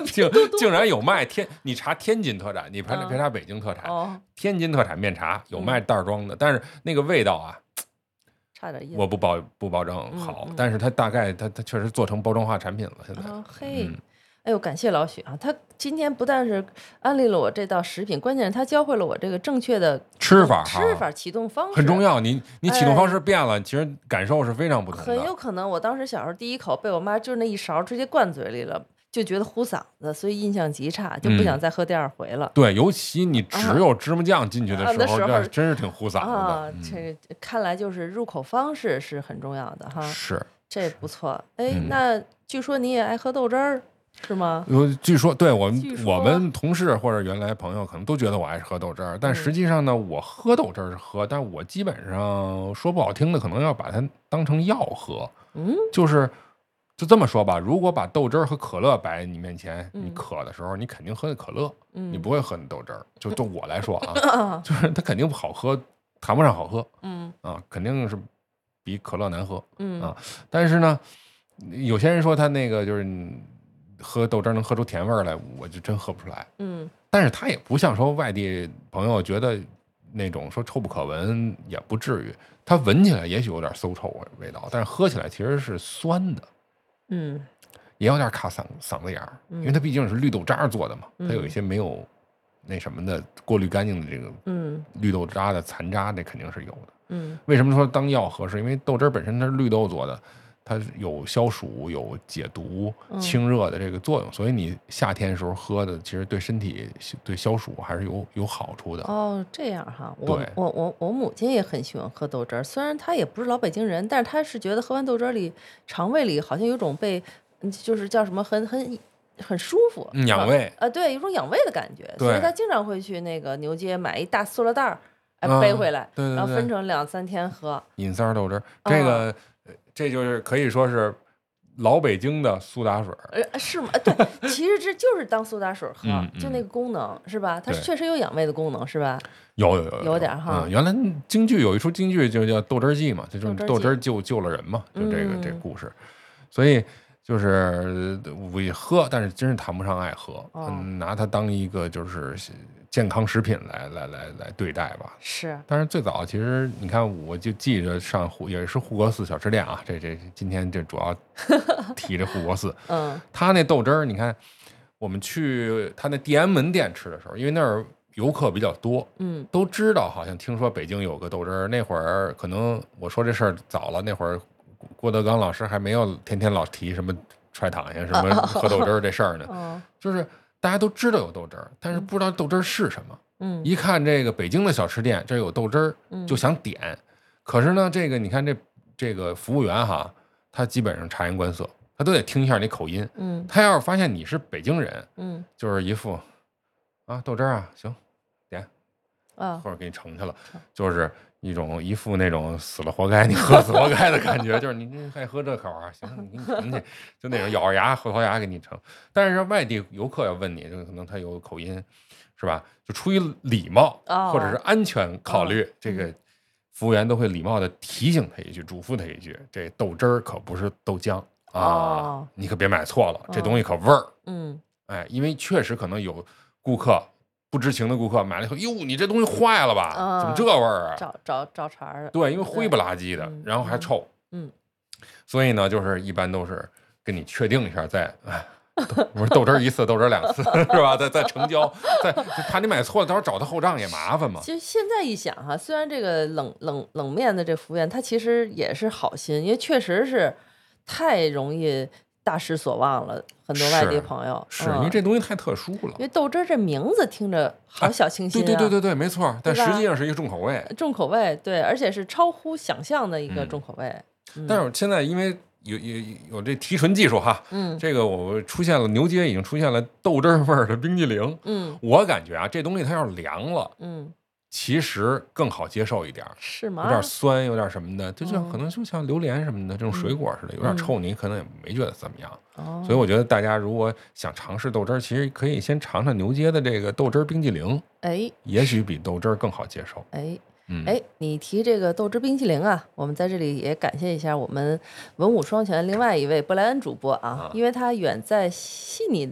竟竟然有卖天，你查天津特产，你别别查北京特产， 哦、 天津特产面茶有卖袋装的，嗯、但是那个味道啊， 差点意思。 我不保不保证好， 嗯嗯、 但是它大概它它确实做成包装化产品了。现在， 哦、嘿。 嗯哎呦，感谢老许啊！他今天不但是安利了我这道食品，关键是他教会了我这个正确的吃法、 吃法、启动方式很重要。你你启动方式变了，哎、其实感受是非常不同的。 很有可能我当时小时候第一口被我妈就那一勺直接灌嘴里了，就觉得糊嗓子，所以印象极差，就不想再喝第二回了。 嗯、对，尤其你只有芝麻酱进去的时候， 啊、 这真是挺糊嗓子的。 啊， 嗯、 这看来就是入口方式是很重要的哈。 是， 这不错。哎， 嗯、 那据说你也爱喝豆汁儿。是吗？ 据说，对我我们同事或者原来朋友可能都觉得我爱喝豆汁儿，但实际上呢，嗯、我喝豆汁儿是喝，但我基本上说不好听的，可能要把它当成药喝。 嗯， 就是就这么说吧，如果把豆汁儿和可乐摆你面前， 嗯、 你渴的时候，你肯定喝的可乐， 嗯、 你不会喝那豆汁儿。就就我来说啊，就是它肯定不好喝，谈不上好喝。 嗯啊，肯定是比可乐难喝。 嗯啊，但是呢，有些人说他那个就是。喝豆汁能喝出甜味来，我就真喝不出来。 嗯， 但是它也不像说外地朋友觉得那种说臭不可闻，也不至于。它闻起来也许有点馊臭味道，但是喝起来其实是酸的。 嗯， 也有点卡嗓嗓子眼儿，因为它毕竟是绿豆渣做的嘛， 嗯、 它有一些没有那什么的过滤干净的这个嗯绿豆渣的残渣，这肯定是有的。 嗯， 为什么说当药喝？是因为豆汁本身它是绿豆做的。它有消暑、有解毒、清热的这个作用，嗯、所以你夏天时候喝的，其实对身体、对消暑还是有有好处的。 哦，这样哈，我我我我母亲也很喜欢喝豆汁儿，虽然她也不是老北京人，但是她是觉得喝完豆汁儿里，肠胃里好像有种被，就是叫什么很很很舒服， 嗯、养胃啊、呃，对，有种养胃的感觉，所以她经常会去那个牛街买一大塑料袋儿，哎、 啊， 背回来， 对对对， 然后分成两三天喝。 饮三豆汁儿，这个。啊这就是可以说是老北京的苏打水， 呃，是吗？对，其实这就是当苏打水喝， 嗯、 就那个功能是吧？它确实有养胃的功能是吧？ 有有有有点哈、 嗯。原来京剧有一出京剧就叫《豆汁记》嘛，就就是豆汁救救了人嘛，就这个、 嗯、 这个故事。所以就是我也喝，但是真是谈不上爱喝， 哦、 嗯，拿它当一个就是健康食品来来来来对待吧。 是， 但是最早其实你看，我就记着上护也是护国寺小吃店啊，这这今天这主要提这护国寺， 嗯， 他那豆汁儿，你看我们去他那地安门店吃的时候，因为那儿游客比较多， 嗯， 都知道，好像听说北京有个豆汁儿，那会儿可能我说这事儿早了，那会儿郭德纲老师还没有天天老提什么踹躺下什么喝豆汁儿这事儿呢， 哦、 就是大家都知道有豆汁儿，但是不知道豆汁儿是什么。 嗯， 一看这个北京的小吃店，这有豆汁儿，就想点。嗯、可是呢，这个你看这这个服务员哈，他基本上察言观色，他都得听一下你口音。 嗯， 他要是发现你是北京人， 嗯， 就是一副啊豆汁儿啊，行，点啊， 或者给你盛去了，就是一种一副那种死了活该，你喝死活该的感觉，就是你爱喝这口啊，行，你给你盛去，就那种咬着牙后槽牙给你盛。但是外地游客要问你，就可能他有口音。是吧？就出于礼貌、 哦、 或者是安全考虑， 哦、 这个服务员都会礼貌的提醒他一句，嘱咐他一句：这豆汁儿可不是豆浆啊， 哦、 你可别买错了，这东西可味儿。 嗯， 哎，因为确实可能有顾客不知情的顾客买了以后，哟，你这东西坏了吧？ 哦、 怎么这味儿啊？ 找找找茬儿的。 对，因为灰不拉几的， 嗯、 然后还臭。 嗯， 所以呢，就是一般都是跟你确定一下再。哎我说豆汁一次，豆汁两次，是吧？再再成交，再怕你买错了，到时候找他后账也麻烦嘛。 其实现在一想哈，虽然这个冷冷冷面的这服务员，他其实也是好心，因为确实是太容易大失所望了。很多外地朋友是、嗯、因为这东西太特殊了。 因为豆汁这名字听着好小清新、啊哎、对对对对对，没错，但实际上是一个重口味。 重口味，对，而且是超乎想象的一个重口味。 嗯嗯、但是现在因为。有有有这提纯技术哈， 嗯， 这个我出现了，牛街已经出现了豆汁味儿的冰激凌， 嗯， 我感觉啊，这东西它要是凉了， 嗯， 其实更好接受一点， 是吗？ 有点酸，有点什么的，就像、嗯、可能就像榴莲什么的这种水果似的，有点臭，你可能也没觉得怎么样。 哦、 所以我觉得大家如果想尝试豆汁儿，其实可以先尝尝牛街的这个豆汁冰激凌， 哎， 也许比豆汁更好接受， 哎。 嗯、 哎，你提这个豆汁冰淇淋啊，我们在这里也感谢一下我们文武双全另外一位布莱恩主播啊，啊因为他远在悉尼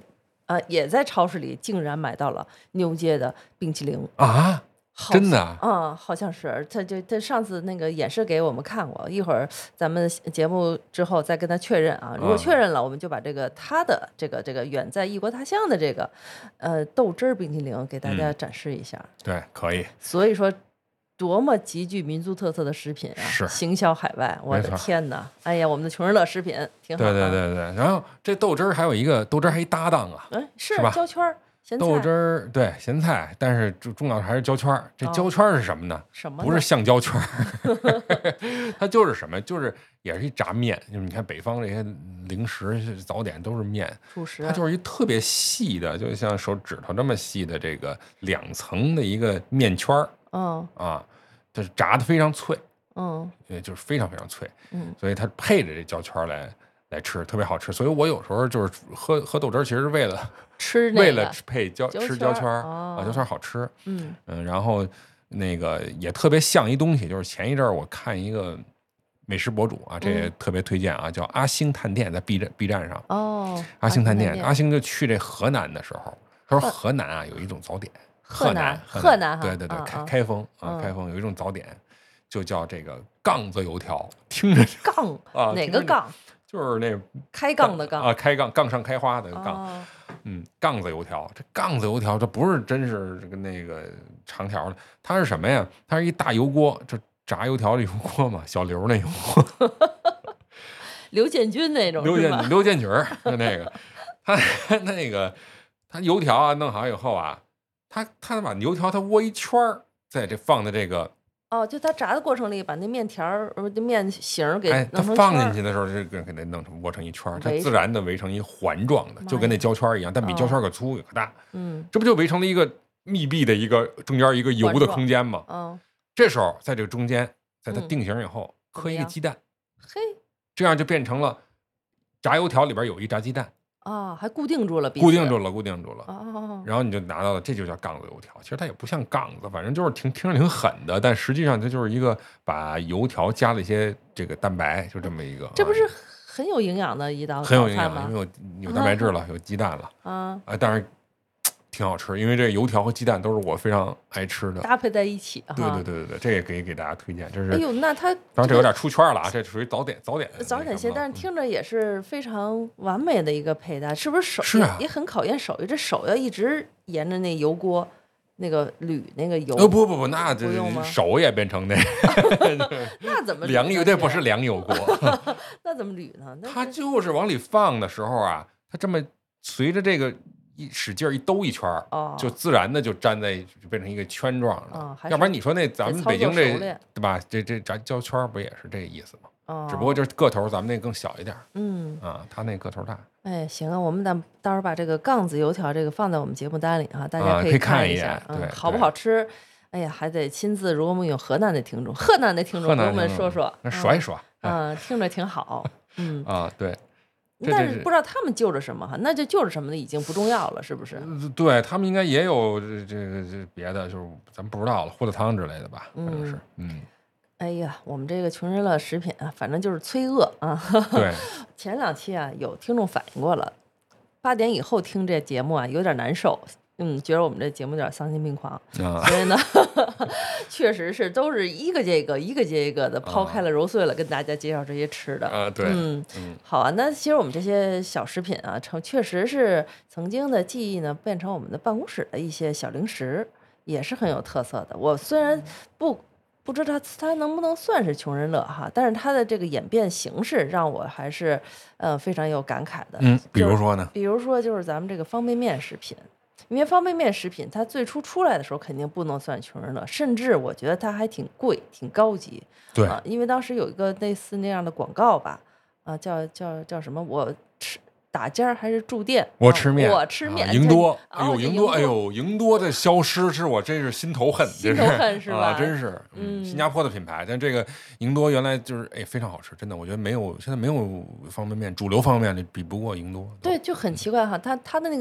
呃，也在超市里竟然买到了牛街的冰淇淋啊！真的啊、 嗯，好像是，他就他上次那个演示给我们看过，一会儿咱们节目之后再跟他确认啊。如果确认了，我们就把这个他的这个这个远在异国他乡的这个呃豆汁儿冰淇淋给大家展示一下。 嗯、对，可以。 所以说，多么极具民族特色的食品啊！ 是行销海外，我的天哪！哎呀，我们的穷人乐食品挺好、啊。 对对对对，然后这豆汁儿还有一个豆汁儿还一搭档啊， 哎，是是吧？ 焦圈儿。 豆汁儿对咸菜，但是重要的还是焦圈儿。这焦圈儿是什么呢？ 哦、什么？ 不是橡胶圈儿，它就是什么？就是也是一炸面。就是你看北方这些零食早点都是面， 主食， 它就是一特别细的，就像手指头这么细的这个两层的一个面圈儿。 嗯啊，就是炸的非常脆。 嗯， 呃，就是非常非常脆。 嗯， 所以它配着这焦圈来来吃，特别好吃。所以我有时候就是喝喝豆汁儿，其实是为了。 吃、那个、 为了配焦焦吃焦圈儿、 哦、 啊，焦圈好吃， 嗯嗯，然后那个也特别像一东西，就是前一阵儿我看一个美食博主啊，这也特别推荐啊，嗯、叫阿星探店，在 B 站 B 站上哦， 阿星探店，阿星就去这河南的时候，他说河南啊有一种早点， 河南河南对对对， 啊、 开开封啊、 嗯、 开封有一种早点，就叫这个杠子油条，听着杠啊哪个杠？ 就是那开杠的杠啊，开杠杠上开花的杠。 哦嗯，杠子油条，这杠子油条，这不是真是这个那个长条的，它是什么呀？它是一大油锅，这炸油条的油锅嘛，小刘那油锅， 刘建军那种， 刘建刘建军儿那个，他那个他油条啊弄好以后啊，他他把油条他窝一圈儿，在这放在这个。 哦，就它炸的过程里，把那面条儿、面形给哎， 它放进去的时候，这个给它弄成窝成一圈儿，它自然的围成一环状的，就跟那焦圈一样，但比焦圈可粗可大。 嗯， 这不就围成了一个密闭的一个中间一个油的空间吗？ 嗯， 这时候在这个中间，在它定型以后，磕一个鸡蛋， 嘿， 这样就变成了炸油条里边有一炸鸡蛋。 啊，还固定住了， 固定住了，固定住了。 哦， 然后你就拿到了，这就叫杠子油条。其实它也不像杠子，反正就是挺听着挺狠的，但实际上它就是一个把油条加了一些这个蛋白，就这么一个。 这不是很有营养的一道很有营养， 吗？ 因为有有蛋白质了，有鸡蛋了啊啊，当然挺好吃，因为这油条和鸡蛋都是我非常爱吃的， 搭配在一起。 对对对对对，这也可以给大家推荐。这是哎呦，那它当然这有点出圈了啊，这属于早点早点早点些，但是听着也是非常完美的一个配搭，是不是手是啊， 也很考验手艺，这手要一直沿着那油锅那个捋那个油。 哦不不不，那这不手也变成那那怎么凉油？这不是凉油锅， 那怎么捋呢？ 它就是往里放的时候啊，它这么随着这个。一使劲一兜一圈儿， 哦， 就自然的就粘在，就变成一个圈状的。 哦、 要不然你说那咱们北京这对吧？这这炸焦圈不也是这意思吗？ 哦， 只不过就是个头咱们那更小一点。 嗯啊，他那个头大。 哎，行啊，我们等到时候把这个杠子油条这个放在我们节目单里啊，大家可以看一下， 嗯，对， 好不好吃？哎呀，还得亲自，如果我们有河南的听众，河南的听众跟我们说说， 说一说， 嗯，听着挺好，嗯啊，对。 但是不知道他们就着什么哈，那就就着什么的已经不重要了，是不是？ 对他们应该也有这这个这别的，就是咱们不知道了，胡子汤之类的吧，反正是，嗯。 哎呀，我们这个穷人乐食品啊，反正就是催饿啊。 对。 前两期啊，有听众反映过了，八点以后听这节目啊，有点难受。嗯，觉得我们这节目有点丧心病狂， 啊、 所以呢，确实是都是一个接一个，一个接一个的抛开了揉碎了，跟大家介绍这些吃的。 啊，对， 嗯嗯， 好啊。那其实我们这些小食品啊，成确实是曾经的记忆呢，变成我们的办公室的一些小零食，也是很有特色的。我虽然不不知道它它能不能算是穷人乐哈，但是它的这个演变形式让我还是呃非常有感慨的。 嗯，比如说呢？ 比如说就是咱们这个方便面食品。因为方便面食品，它最初出来的时候肯定不能算穷人乐，甚至我觉得它还挺贵、挺高级。 对、 啊，因为当时有一个类似那样的广告吧，啊，叫叫叫什么？我吃打尖还是住店？ 我吃面， 啊、我吃面。 啊、营多， 哎呦，营多，哎呦，营多的消失是我真是心头恨， 心头恨是吧？ 啊，真是，嗯，新加坡的品牌，但这个营多原来就是哎非常好吃，真的，我觉得没有现在没有方便面，主流方便面比不过营多。 对，就很奇怪哈，它它的那个。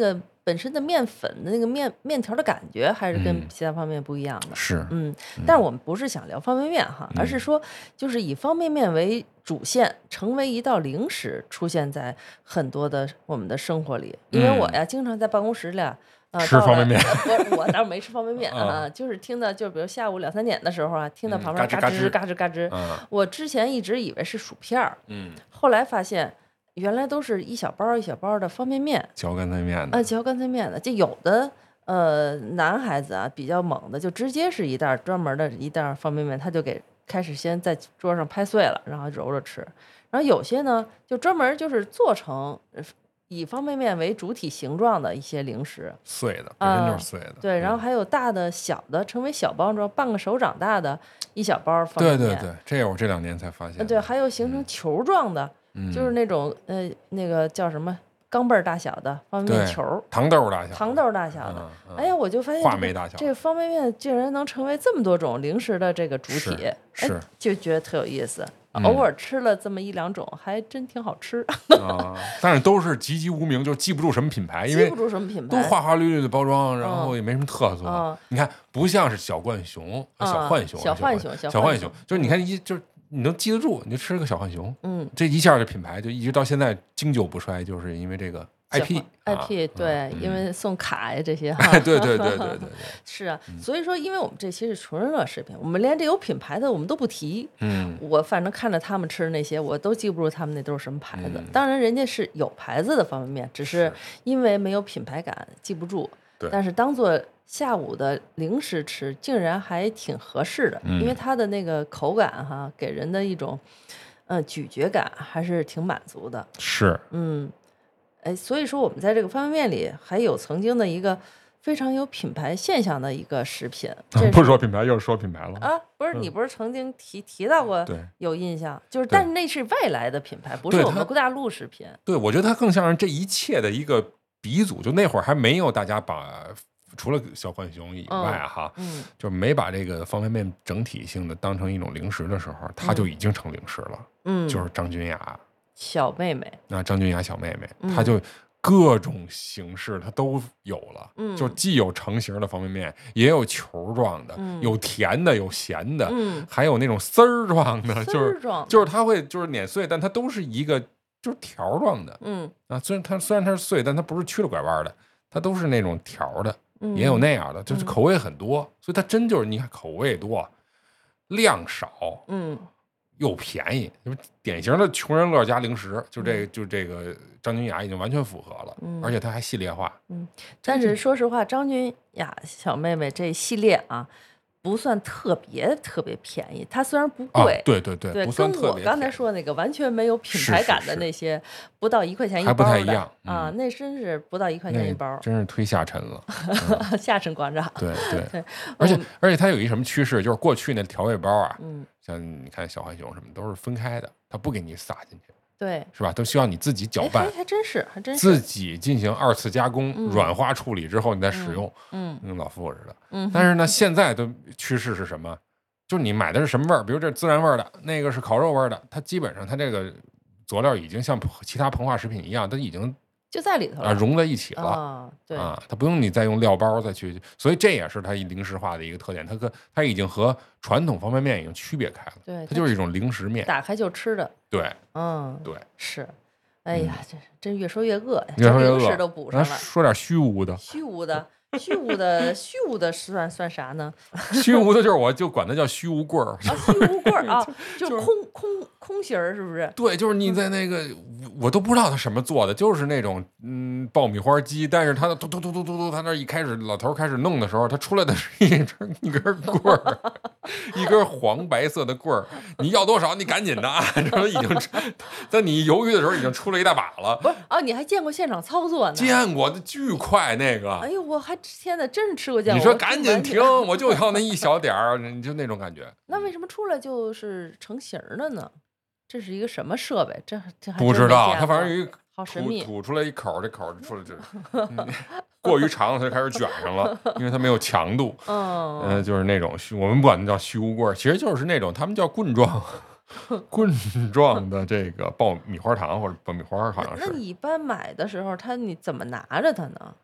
本身的面粉的那个面面条的感觉还是跟其他方便面不一样的。 是， 嗯，但是我们不是想聊方便面哈，而是说就是以方便面为主线，成为一道零食出现在很多的我们的生活里。因为我呀，经常在办公室里啊。呃、 吃方便面， 呃、不，我倒没吃方便面啊，就是听到，就比如下午两三点的时候啊，听到旁边嘎吱嘎吱嘎吱，我之前一直以为是薯片儿， 嗯， 后来发现原来都是一小包一小包的方便面， 嚼干脆面的， 呃，嚼干脆面的，就有的呃男孩子啊比较猛的，就直接是一袋专门的一袋方便面，他就给开始先在桌上拍碎了，然后揉着吃，然后有些呢就专门就是做成。以方便面为主体形状的一些零食， 碎的，本身就是碎的。 呃、对，然后还有大的、小的，成为小包装，半个手掌大的一小包方便面。 对对对，这我这两年才发现。 对，还有形成球状的，嗯、就是那种呃那个叫什么钢镚大小的方便面球， 糖豆大小， 糖豆大小的。嗯嗯、哎呀，我就发现、这个、 话梅大小， 这个方便面竟然能成为这么多种零食的这个主体， 是，是哎、就觉得特有意思。偶尔吃了这么一两种，还真挺好吃啊！但是都是籍籍无名，就记不住什么品牌，因为记不住什么品牌， 都花花绿绿的包装，然后也没什么特色。 嗯、 你看，不像是小浣熊、 嗯、 小浣熊、 小浣熊、 小浣熊，就是你看一就是你能记得住，你就吃个小浣熊， 嗯， 这一下的品牌就一直到现在经久不衰，就是因为这个。I P I P 对， 嗯、 因为送卡呀这些哈， 对对对对对对， 是啊，所以说，因为我们这期是纯热食品，我们连这有品牌的我们都不提。 嗯， 我反正看着他们吃的那些，我都记不住他们那都是什么牌子。 嗯、 当然，人家是有牌子的方便面，只是因为没有品牌感记不住。 对， 但是当做下午的零食吃，竟然还挺合适的， 嗯、 因为它的那个口感哈，给人的一种呃咀嚼感还是挺满足的。 是， 嗯。哎，所以说我们在这个方便面里还有曾经的一个非常有品牌现象的一个食品， 不说品牌又说品牌了啊？不是，你不是曾经提提到过？ 对， 有印象，就是但是那是外来的品牌，不是我们大陆食品。 对，我觉得它更像是这一切的一个鼻祖。就那会儿还没有大家把除了小浣熊以外哈， 嗯， 就没把这个方便面整体性的当成一种零食的时候，它就已经成零食了。 嗯， 就是张君雅。 小妹妹， 那张君雅小妹妹， 嗯、 她就各种形式她都有了， 嗯， 就既有成型的方便面，也有球状的， 嗯、 有甜的，有咸的， 嗯， 还有那种丝儿状的，就是状就是它会就是碾碎，但它都是一个就是条状的， 嗯啊，虽然它虽然它是碎，但它不是曲了拐弯的，它都是那种条的， 嗯、 也有那样的，就是口味很多，嗯、所以它真就是你看口味多，量少， 嗯。 又便宜，就是典型的穷人乐加零食，就这个、嗯、就这个张君雅已经完全符合了， 嗯、 而且它还系列化。 嗯，但是说实话，张君雅小妹妹这系列啊，不算特别特别便宜。它虽然不贵， 啊、对对对， 对， 不算特别跟我刚才说那个完全没有品牌感的那些， 是是是不到一块钱一包的， 还不太一样、 嗯、啊，那真是不到一块钱一包， 真是推下沉了， 嗯、下沉广场。 对对对， 而且而且它有一什么趋势，就是过去那调味包啊， 嗯。 像你看小浣熊什么都是分开的，它不给你撒进去， 对， 是吧？都需要你自己搅拌， 还还真是，还真是自己进行二次加工、 嗯、 软化处理之后，你再使用， 嗯， 跟老傅似的。 嗯， 但是呢，现在的趋势是什么？就是你买的是什么味儿？比如这孜然味儿的，那个是烤肉味儿的，它基本上它这个佐料已经像其他膨化食品一样，它已经就在里头了， 啊，融在一起了啊，对啊，它不用你再用料包再去，所以这也是它零食化的一个特点，它和它已经和传统方便面已经区别开了， 对， 它就是一种零食面， 打开就吃的， 对， 嗯， 对， 是，哎呀，这真越说越饿呀， 越说越饿， 零食都补上了， 说点虚无的， 虚无的。虚无的虚无的算算啥呢？ 虚无的就是我就管它叫虚无棍儿啊，虚无棍儿啊，就是空空空心儿，是不是？ 对，就是你在那个我都不知道它什么做的，就是那种嗯爆米花机，但是它突突突突突突，它那一开始老头开始弄的时候，它出来的是一根一根棍儿，一根黄白色的棍儿，你要多少你赶紧的啊！这已经在你犹豫的时候已经出了一大把了。 不是哦，你还见过现场操作呢？ 见过，巨快那个。 哎呦，我还天哪，真是吃过见过。 你说赶紧停，我就要那一小点儿，你就那种感觉。 那为什么出来就是成型了呢？这是一个什么设备？这这还不知道，它反正有一好神秘， 吐出来一口，这口就出来就、嗯、过于长了，它就开始卷上了，因为它没有强度。 嗯， 呃，就是那种我们管它叫虚无棍，其实就是那种他们叫棍状。棍状的这个爆米花糖或者爆米花好像是。 那你一般买的时候，它你怎么拿着它呢？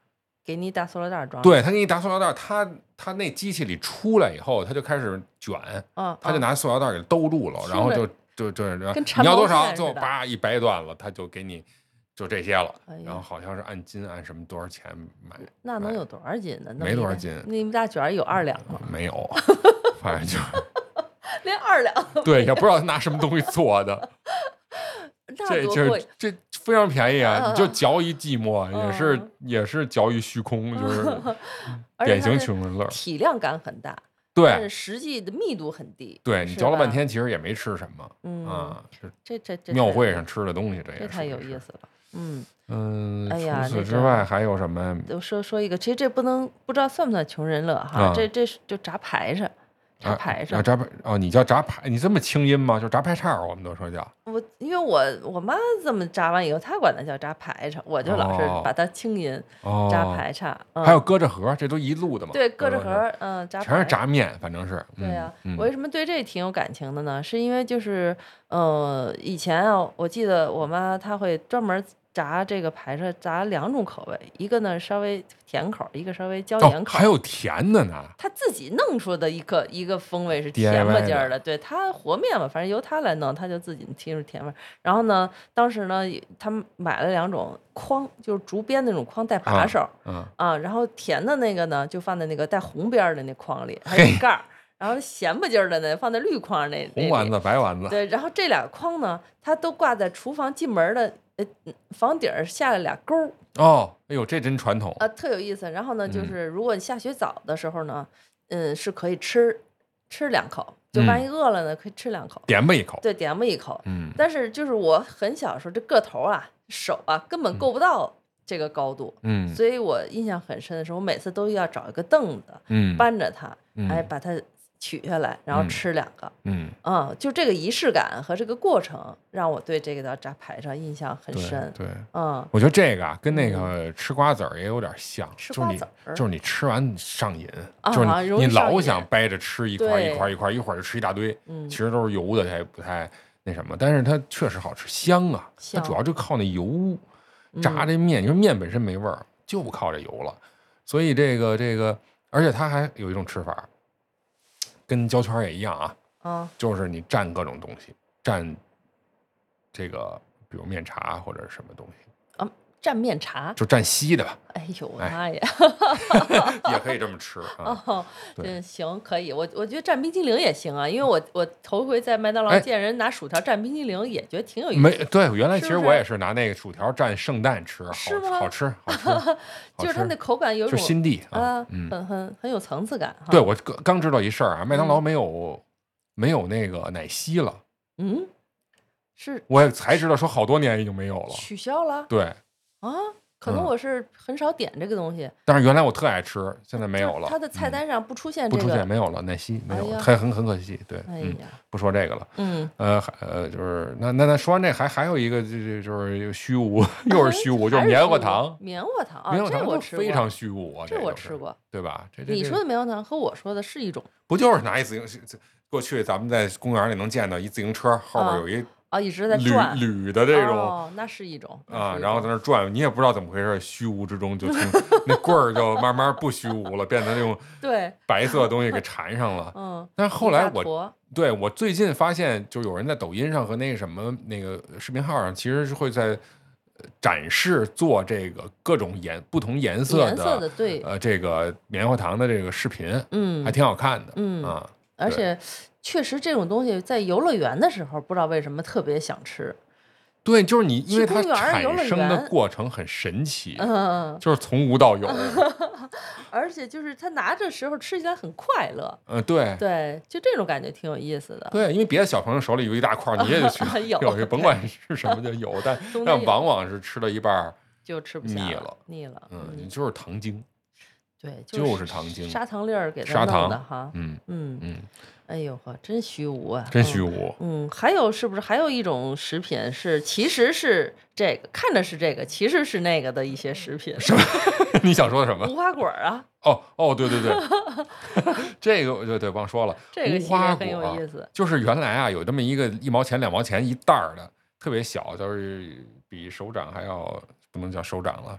给你一大塑料袋装。 对，他给你大塑料袋，他他那机器里出来以后，他就开始卷， 嗯， 他就拿塑料袋给兜住了，然后就就就你要多少，最后叭一掰断了，他就给你就这些了。 哎、 然后好像是按斤按什么多少钱买， 那能有多少斤呢？ 没多少斤。 那么大卷有二两吗？ 没有，反正就连二两。 对，也不知道他拿什么东西做的。这这这非常便宜啊！你就嚼一寂寞， 嗯、 也是也是嚼一虚空，就是典型穷人乐。 体量感很大， 对， 但是实际的密度很低。 对你嚼了半天，其实也没吃什么。 嗯啊， 这这这庙会上吃的东西，这也这太有意思了。嗯嗯， 哎呀， 除此之外还有什么？ 我说说一个，其实这不能不知道算不算穷人乐哈？ 啊、 这这就炸排叉。炸排叉、 啊，炸排哦，你叫炸排，你这么轻音吗？就炸排叉，我们都说叫。 我因为我我妈这么炸完以后，她管它叫炸排叉，我就老是把它轻音、 哦、 炸排叉。嗯、 还有搁着盒，这都一路的嘛。 对，搁着盒，嗯，炸全是炸面，反正是。 对呀、啊嗯， 我为什么对这挺有感情的呢？是因为就是呃，以前啊，我记得我妈她会专门炸这个排叉，炸两种口味，一个呢稍微甜口，一个稍微椒盐口， 哦、还有甜的呢。 他自己弄出的一个一个风味是甜吧劲儿的，对他和面嘛，反正由他来弄，他就自己提出甜味。然后呢，当时呢，他们买了两种筐，就是竹编那种筐带把手， 嗯、 啊, 啊，然后甜的那个呢，就放在那个带红边的那筐里，还有盖儿。然后咸不劲儿的呢，放在绿筐那红丸子、白丸子。 对，然后这俩筐呢，它都挂在厨房进门的呃房顶下了俩钩。 哦，哎呦，这真传统啊，特有意思。然后呢，就是如果你下雪早的时候呢，嗯，是可以吃吃两口，就万一饿了呢，可以吃两口， 点吧一口。 对，点吧一口。 嗯。 但是就是我很小的时候，这个头啊，手啊，根本够不到这个高度。 嗯。 所以我印象很深的是，我每次都要找一个凳子， 嗯， 搬着它， 嗯、 哎，把它取下来，然后吃两个。 嗯。 嗯，就这个仪式感和这个过程，让我对这个的炸排叉印象很深。 对。对嗯， 我觉得这个啊，跟那个吃瓜子儿也有点像， 吃瓜子儿就是你吃完上瘾， 啊、 就是你你老想掰着吃一块一块一块，一会儿就吃一大堆。 嗯， 其实都是油的，它也不太那什么，但是它确实好吃，香啊。它主要就靠那油炸这面，你说面本身没味儿，就靠这油了。所以这个这个，而且它还有一种吃法，跟焦圈也一样啊。 嗯， 就是你蘸各种东西，蘸这个比如面茶或者什么东西啊，蘸面茶就蘸稀的吧。 哎呦我妈呀， 也可以这么吃啊。 哦，对，行，可以。我我觉得蘸冰淇淋也行啊，因为我我头回在麦当劳见人拿薯条蘸冰淇淋，也觉得挺有意思。 没对，原来其实我也是拿那个薯条蘸圣诞吃， 是吗？ 好吃，好吃。 就是它那口感有一种就心地啊，很很很有层次感。 对，我刚知道一事儿啊，麦当劳没有。没有那个奶昔了， 嗯，是， 我也才知道，说好多年已经没有了， 取消了。 对， 啊，可能我是很少点这个东西， 但是原来我特爱吃，现在没有了。 它的菜单上不出现这个， 不出现没有了，奶昔没有了，还很很可惜。对， 哎呀， 不说这个了， 嗯， 呃呃，就是那那那说完这还还有一个就就是虚无，又是虚无，就是棉花糖， 棉花糖， 棉花糖我吃过， 非常虚无啊， 这我吃过， 对吧？这你说的棉花糖和我说的是一种， 不就是拿一自行车？过去咱们在公园里能见到一自行车后边有一啊一直在转铝的这种， 哦，那是一种啊，然后在那转，你也不知道怎么回事，虚无之中就从那棍儿就慢慢不虚无了，变成那种对白色的东西给缠上了。 嗯， 但是后来我对我最近发现，就有人在抖音上和那个什么那个视频号上，其实是会在展示做这个各种颜不同颜色的颜色的对呃这个棉花糖的这个视频， 嗯， 还挺好看的， 嗯啊。 而且确实这种东西在游乐园的时候，不知道为什么特别想吃。 对，就是你，因为它产生的过程很神奇， 嗯， 就是从无到有， 而且就是他拿着时候吃起来很快乐。 嗯，对对，就这种感觉挺有意思的。 对，因为别的小朋友手里有一大块，你也得去有， 有甭管是什么就有，但但往往是吃了一半就吃不下腻了， 腻了。 嗯，你就是糖精。 对， 就是糖精， 砂糖粒儿给它弄的哈， 嗯嗯嗯， 哎呦呵，真虚无啊， 真虚无。 嗯，还有是不是还有一种食品是其实是这个看着是这个，其实是那个的一些食品？ 什么？你想说什么？ 无花果啊？ 哦哦，对对对，这个对对忘说了， 这个无花果很有意思。 就是原来啊有这么一个一毛钱两毛钱一袋儿的，特别小，就是比手掌还要不能叫手掌了。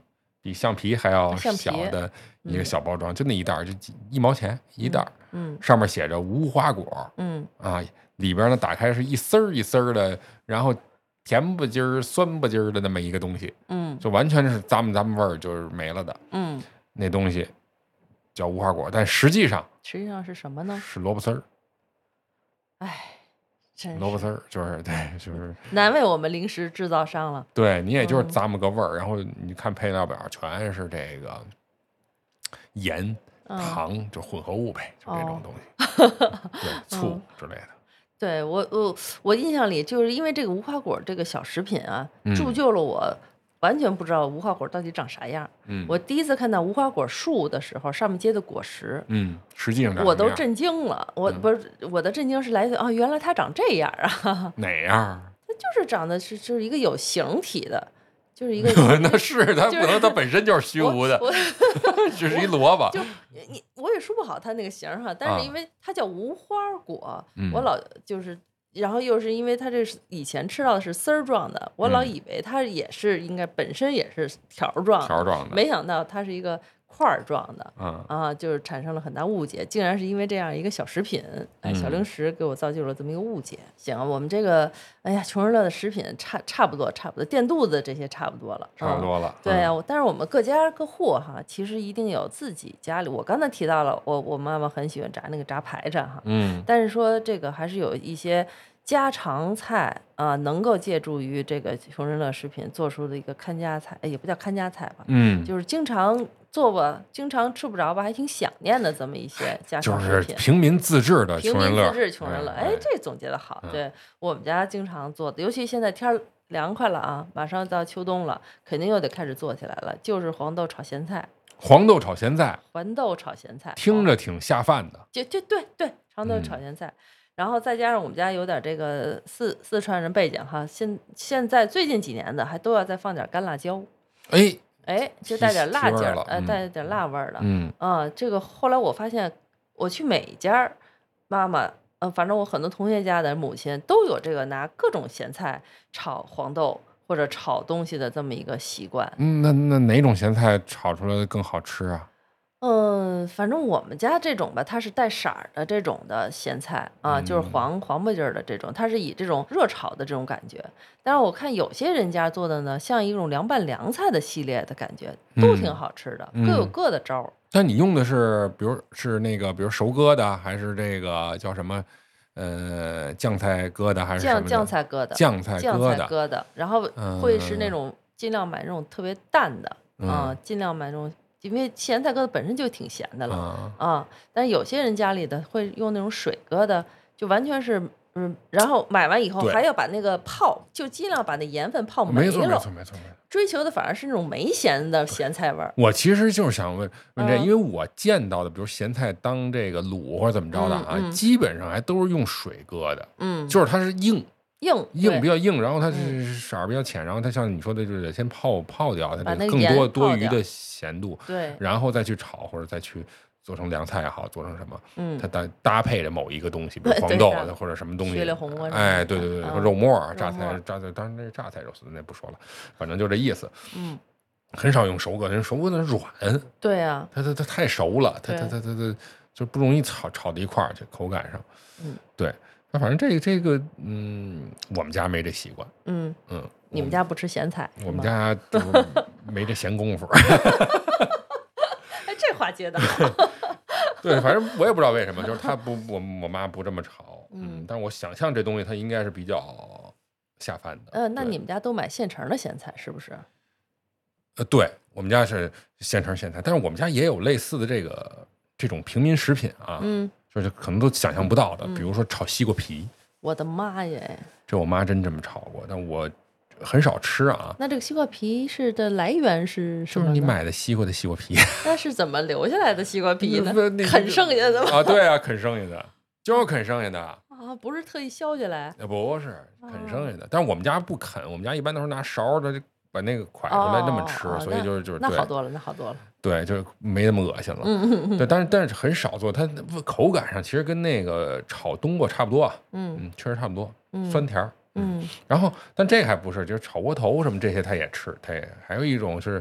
比橡皮还要小的一个小包装，就那一袋就一毛钱一袋， 嗯， 上面写着无花果， 嗯啊，里边呢打开是一丝儿一丝儿的，然后甜不唧儿、酸不唧儿的那么一个东西， 嗯， 就完全是咂摸咂摸味儿就是没了的， 嗯， 那东西叫无花果，但实际上实际上是什么呢？ 是萝卜丝儿。 哎，真萝卜丝儿就是对，就是难为我们零食制造商了。 对你也就是咂摸个味儿，嗯、然后你看配料表全是这个盐、 嗯、 糖，就混合物呗，就这种东西，哦、对，醋之类的。 对我我我印象里就是因为这个无花果这个小食品啊， 嗯、 铸就了我完全不知道无花果到底长啥样。 嗯， 我第一次看到无花果树的时候，上面结的果实， 嗯，实际上我都震惊了。我、嗯、不是我的震惊是来自啊、哦，原来它长这样啊。 哪样？ 它就是长得是就是一个有形体的。就是一个， 那是它不能，它本身就是虚无的，只是一萝卜。 就你我也说不好它那个形哈，但是因为它叫无花果， 嗯、 我老就是，然后又是因为它这是以前吃到的是丝儿状的，我老以为它也是应该本身也是条状， 条状的， 没想到它是一个块儿状的， 嗯啊，就是产生了很大误解，竟然是因为这样一个小食品，哎，小零食给我造就了这么一个误解。嗯、行，我们这个，哎呀，穷人乐的食品差差不多，差不多，垫肚子这些差不多了， 差不多了。 嗯、对呀、啊，但是我们各家各户哈，其实一定有自己家里。我刚才提到了，我我妈妈很喜欢炸那个炸排叉哈， 嗯， 但是说这个还是有一些家常菜啊、呃，能够借助于这个穷人乐食品做出的一个看家菜，也不叫看家菜吧， 嗯， 就是经常做吧，经常吃不着吧，还挺想念的这么一些家常食品， 就是平民自制的穷人乐， 平民自制穷人乐。哎，这总结的好。 嗯、 对我们家经常做的，尤其现在天凉快了啊，马上到秋冬了，肯定又得开始做起来了，就是黄豆炒咸菜。 黄豆炒咸菜， 黄豆炒咸菜， 听着挺下饭的。 就就对对，黄豆炒咸菜。嗯，然后再加上我们家有点这个四四川人背景哈，现现在最近几年的还都要再放点干辣椒， 哎哎，就带点辣劲儿，呃， 嗯、 带点辣味儿的， 嗯啊，这个后来我发现，我去每家妈妈，呃，反正我很多同学家的母亲都有这个拿各种咸菜炒黄豆或者炒东西的这么一个习惯。 嗯，那那哪种咸菜炒出来的更好吃啊？ 嗯，反正我们家这种吧，它是带色儿的这种的咸菜啊， 嗯、 就是黄黄不劲儿的这种，它是以这种热炒的这种感觉。但是我看有些人家做的呢，像一种凉拌凉菜的系列的感觉，都挺好吃的， 嗯、 各有各的招儿。 但你用的是，比如是那个，比如熟疙瘩，还是这个叫什么？呃，酱菜疙瘩还是酱酱菜疙瘩？ 酱菜酱菜疙瘩，然后会是那种、嗯、尽量买那种特别淡的啊、嗯，尽量买那种。因为咸菜疙瘩本身就挺咸的了、嗯、啊，但是有些人家里的会用那种水疙瘩，就完全是嗯，然后买完以后还要把那个泡，就尽量把那盐分泡没了。 没错没错没错没错。 追求的反而是那种没咸的咸菜味儿。 我其实就是想问问这、嗯，因为我见到的，比如咸菜当这个卤或者怎么着的啊、 嗯嗯， 基本上还都是用水疙瘩， 嗯， 就是它是硬。 硬硬比较硬，然后它是色儿比较浅、嗯，然后它像你说的，就是先泡泡掉它这个更多多余的咸度， 对， 然后再去炒或者再去做成凉菜也好，做成什么， 嗯， 它搭搭配着某一个东西，比如黄豆或者什么东西，哎，对对对， 嗯、 肉末、榨菜、榨菜，当然那是榨菜肉丝，那不说了，反正就这意思， 嗯， 很少用熟疙瘩，人熟疙瘩软， 对呀、啊， 它它它太熟了，它它它它它就不容易炒炒在一块儿去，口感上， 嗯， 对。那反正这个这个，嗯，我们家没这习惯， 嗯嗯， 你们家不吃咸菜， 我们家没这闲工夫。 哎，这话接的好。 对，反正我也不知道为什么，就是他不，我我妈不这么炒， 嗯， 嗯但是我想象这东西它应该是比较下饭的。 呃，那你们家都买现成的咸菜是不是？ 呃，对，我们家是现成咸菜，但是我们家也有类似的这个这种平民食品啊， 嗯。 就是可能都想象不到的，比如说炒西瓜皮。 我的妈耶！ 这我妈真这么炒过，但我很少吃啊。 那这个西瓜皮是的来源是什么？ 就是你买的西瓜的西瓜皮。 那是怎么留下来的西瓜皮呢？啃剩下的吗？ 啊，对啊，啃剩下的，就是啃剩下的啊， 不是特意削下来？ 不是啃剩下的，但是我们家不啃，我们家一般都是拿勺的。把那个蒯出来那么吃， 哦、 所以就是就是那好多了，那好多了。 对，就是没那么恶心了。 嗯嗯嗯。 对，但是但是很少做，它口感上其实跟那个炒冬瓜差不多。 嗯嗯，确实差不多， 嗯、 酸甜儿。 嗯。 然后，但这个还不是，就是炒窝头什么这些，他也吃，他也还有一种是，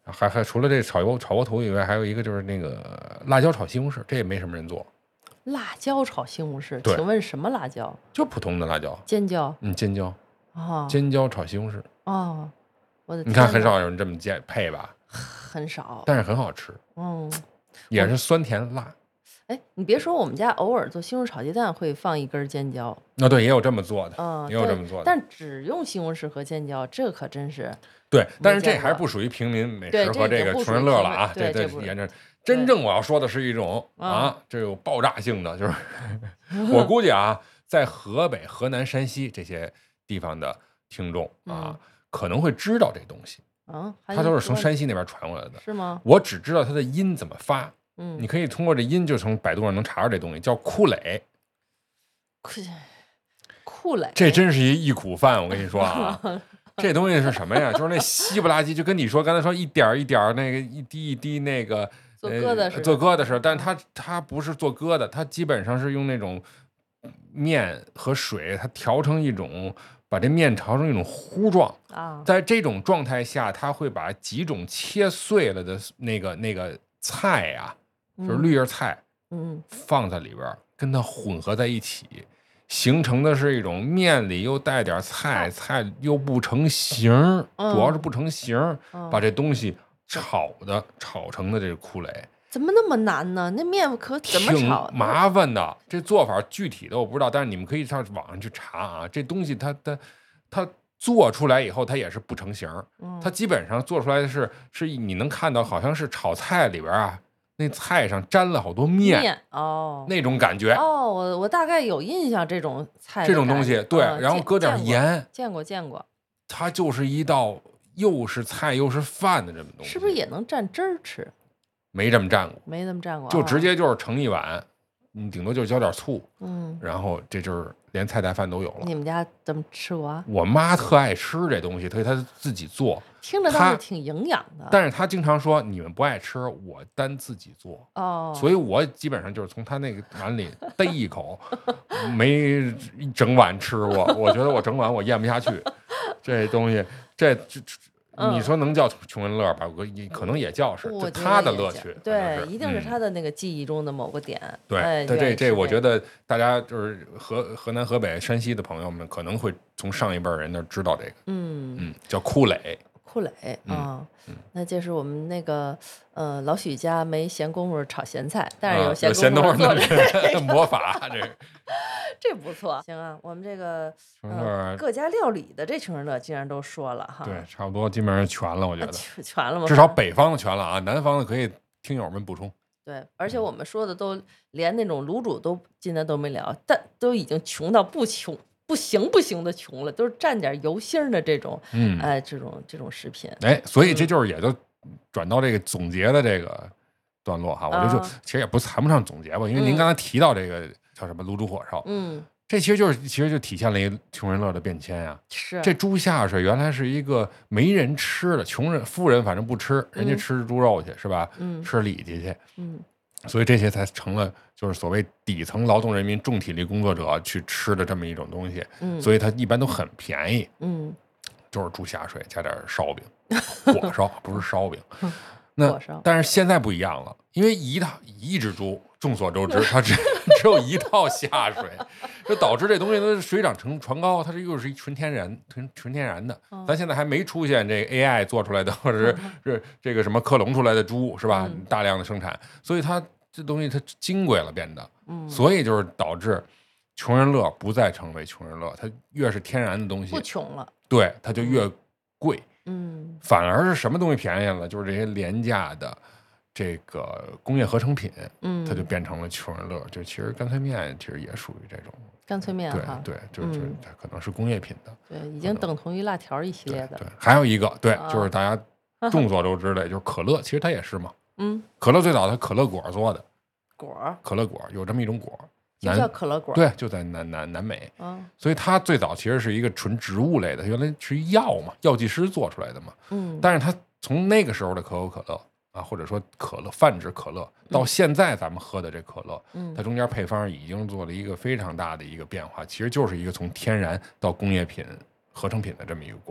还还除了这炒油炒窝头以外，还有一个就是那个辣椒炒西红柿，这也没什么人做。 辣椒炒西红柿，请问什么辣椒？ 就普通的辣椒， 尖椒。 嗯，尖椒。 哦， 尖椒炒西红柿。 哦，我的天， 你看很少有人这么煎配吧？ 很少， 但是很好吃。 嗯， 也是酸甜辣。 哎，你别说，我们家偶尔做西红柿炒鸡蛋会放一根尖椒。 哦，对，也有这么做的， 嗯， 也有这么做的。 但只用西红柿和尖椒，这可真是。 对，但是这还是不属于平民美食和这个穷人乐了啊！ 对对，沿着真正我要说的是一种啊，这有爆炸性的，就是我估计啊，在河北、河南、山西这些地方的听众啊，可能会知道这东西。 嗯， 它都是从山西那边传过来的， 是吗？ 我只知道它的音怎么发。 嗯， 你可以通过这音就从百度上能查着这东西，叫库垒。 库库垒， 这真是一忆苦饭，我跟你说啊，这东西是什么呀？就是那稀不拉几，就跟你说刚才说一点一点那个一滴一滴那个做疙瘩似的， 做疙瘩似的，但是它它不是做疙瘩，它基本上是用那种面和水，它调成一种。把这面调成一种糊状啊， 在这种状态下，它会把几种切碎了的那个那个菜啊，就是绿叶菜， 嗯， 放在里边，跟它混合在一起，形成的是一种面里又带点菜，菜又不成形，主要是不成形，把这东西炒的炒成的这个库垒。 怎么那么难呢？那面可怎么炒？ 挺麻烦的，这做法具体的我不知道，但是你们可以上网上去查啊。这东西它它它做出来以后，它也是不成形， 嗯、 它基本上做出来的是是你能看到，好像是炒菜里边啊，那菜上沾了好多面， 面哦， 那种感觉哦，我我大概有印象这种菜这种东西，对， 嗯、 然后搁点盐， 见过见过， 它就是一道又是菜又是饭的这么东西， 是不是也能蘸汁儿吃？ 没这么蘸过， 没这么蘸过， 就直接就是盛一碗，你顶多就浇点醋， 嗯， 然后这就是连菜带饭都有了。 你们家怎么吃过啊？ 我妈特爱吃这东西，所以她自己做， 听着倒是挺营养的。 但是她经常说你们不爱吃，我单自己做哦， 所以我基本上就是从她那个碗里逮一口，没整碗吃过。我觉得我整碗我咽不下去，这东西这这。你说能叫穷人乐吧？我可能也叫是，就他的乐趣。 对，一定是他的那个记忆中的某个点。 对，他这这，我觉得大家就是河河南、河北、山西的朋友们可能会从上一辈人那知道这个。 嗯嗯，叫库垒。 库垒啊，那就是我们那个呃老许家没闲工夫炒咸菜，但是有闲工夫做这个魔法这。 这不错，行啊，我们这个、呃、各家料理的这穷人乐竟然都说了哈， 对，差不多基本上全了，我觉得、 啊、全了吗？ 至少北方的全了啊，南方的可以听友们补充。 对，而且我们说的都连那种卤煮都今天都没聊，但都已经穷到不穷不行不行的穷了，都是蘸点油星的这种，嗯，哎，这种这种食品， 哎，所以这就是也就转到这个总结的这个段落哈，嗯、我这就其实也不谈不上总结吧，因为您刚才提到这个。叫什么卤煮火烧？ 嗯， 这其实就是其实就体现了一个穷人乐的变迁呀。 是这猪下水原来是一个没人吃的，穷人富人反正不吃，人家吃猪肉去、嗯、是吧？嗯，吃里脊去。 嗯， 所以这些才成了就是所谓底层劳动人民、重体力工作者去吃的这么一种东西。嗯，所以它一般都很便宜。 嗯， 就是猪下水加点烧饼，火烧不是烧饼。那但是现在不一样了，因为一套一只猪，众所周知，它只只有一套下水，就导致这东西它水涨成船高，它这又是一纯天然、纯纯天然的。 哦、 咱现在还没出现这 A I 做出来的，或者是是这个什么克隆出来的猪，是吧？ 嗯、 大量的生产，所以它这东西它金贵了变得， 嗯、 所以就是导致穷人乐不再成为穷人乐，它越是天然的东西不穷了， 对，它就越贵。 嗯， 反而是什么东西便宜了？就是这些廉价的这个工业合成品， 嗯， 它就变成了穷人乐。就其实干脆面其实也属于这种干脆面， 对对，就是它可能是工业品的， 对，已经等同于辣条一系列的。 对，还有一个对，就是大家众所周知的，就是可乐，其实它也是嘛。 嗯， 可乐最早它可乐果做的果， 可乐果有这么一种果。 就叫可乐果， 对，就在南南南美， 嗯， 所以它最早其实是一个纯植物类的，原来是药嘛，药剂师做出来的嘛， 嗯， 但是它从那个时候的可口可乐啊，或者说可乐泛指可乐，到现在咱们喝的这可乐，嗯，它中间配方已经做了一个非常大的一个变化，其实就是一个从天然到工业品、合成品的这么一个过程。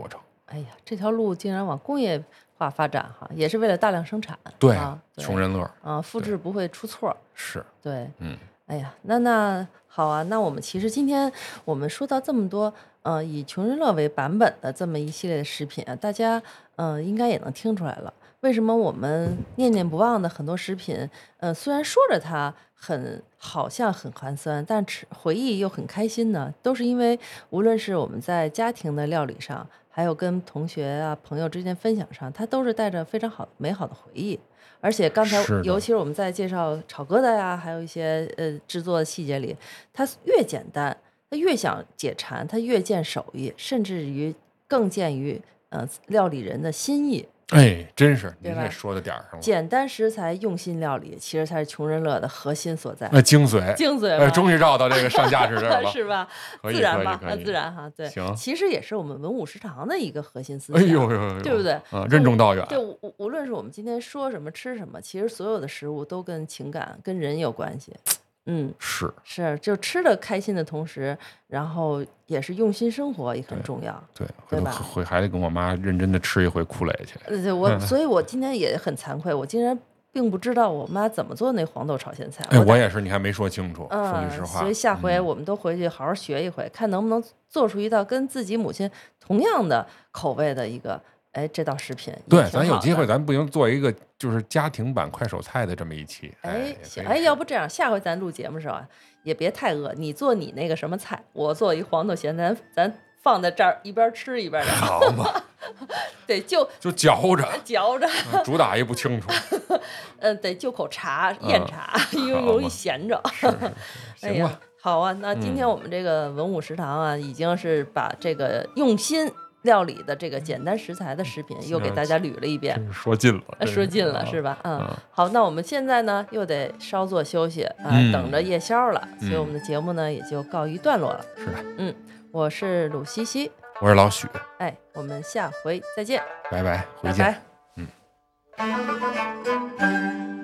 哎呀，这条路竟然往工业化发展哈，也是为了大量生产。 对啊， 穷人乐啊，复制不会出错。 是， 对， 嗯。 哎呀，那那好啊，那我们其实今天我们说到这么多，呃，以穷人乐为版本的这么一系列的食品啊，大家嗯、呃、应该也能听出来了，为什么我们念念不忘的很多食品，呃，虽然说着它很好像很寒酸，但吃回忆又很开心呢？都是因为无论是我们在家庭的料理上，还有跟同学啊朋友之间分享上，它都是带着非常好美好的回忆。而且刚才，尤其是我们在介绍炒疙瘩呀，还有一些呃制作的细节里，它越简单，它越想解馋，它越见手艺，甚至于更见于呃料理人的心意。 哎，真是您这说的点儿上了。 简单食材，用心料理，其实才是穷人乐的核心所在。 那精髓， 精髓， 哎，终于绕到这个上价值这儿了， 是吧？自然吧，啊，自然哈，对。 行， 其实也是我们文武食堂的一个核心思想。 哎呦呦， 对不对？ 啊，任重道远。 对，无无论是我们今天说什么吃什么，其实所有的食物都跟情感、跟人有关系。嗯， 是是，就吃的开心的同时，然后也是用心生活也很重要， 对对吧？ 回还得跟我妈认真的吃一回苦蕾去。 呃，我，所以我今天也很惭愧，我竟然并不知道我妈怎么做那黄豆炒咸菜。 哎，我也是，你还没说清楚， 嗯、 说句实话。 所以下回我们都回去好好学一回，嗯、看能不能做出一道跟自己母亲同样的口味的一个。哎，这道食品对，咱有机会，咱不行做一个就是家庭版快手菜的这么一期。 哎，行，哎，要不这样，下回咱录节目的时候啊，也别太饿，你做你那个什么菜，我做一黄豆咸，咱咱放在这儿一边吃一边聊， 好嘛？ 对，就就嚼着嚼着， 主打也不清楚。 嗯，得就口茶咽茶，因为容易闲着。 行吧， 好啊，那今天我们这个文武食堂啊，已经是把这个用心料理的这个简单食材的食品又给大家捋了一遍， 说尽了， 说尽了是吧？嗯，好，那我们现在呢又得稍作休息啊，等着夜宵了，所以我们的节目呢也就告一段落了。 是的， 嗯，我是鲁西西， 我是老许， 哎，我们下回再见， 拜拜，回见， 拜拜， 嗯。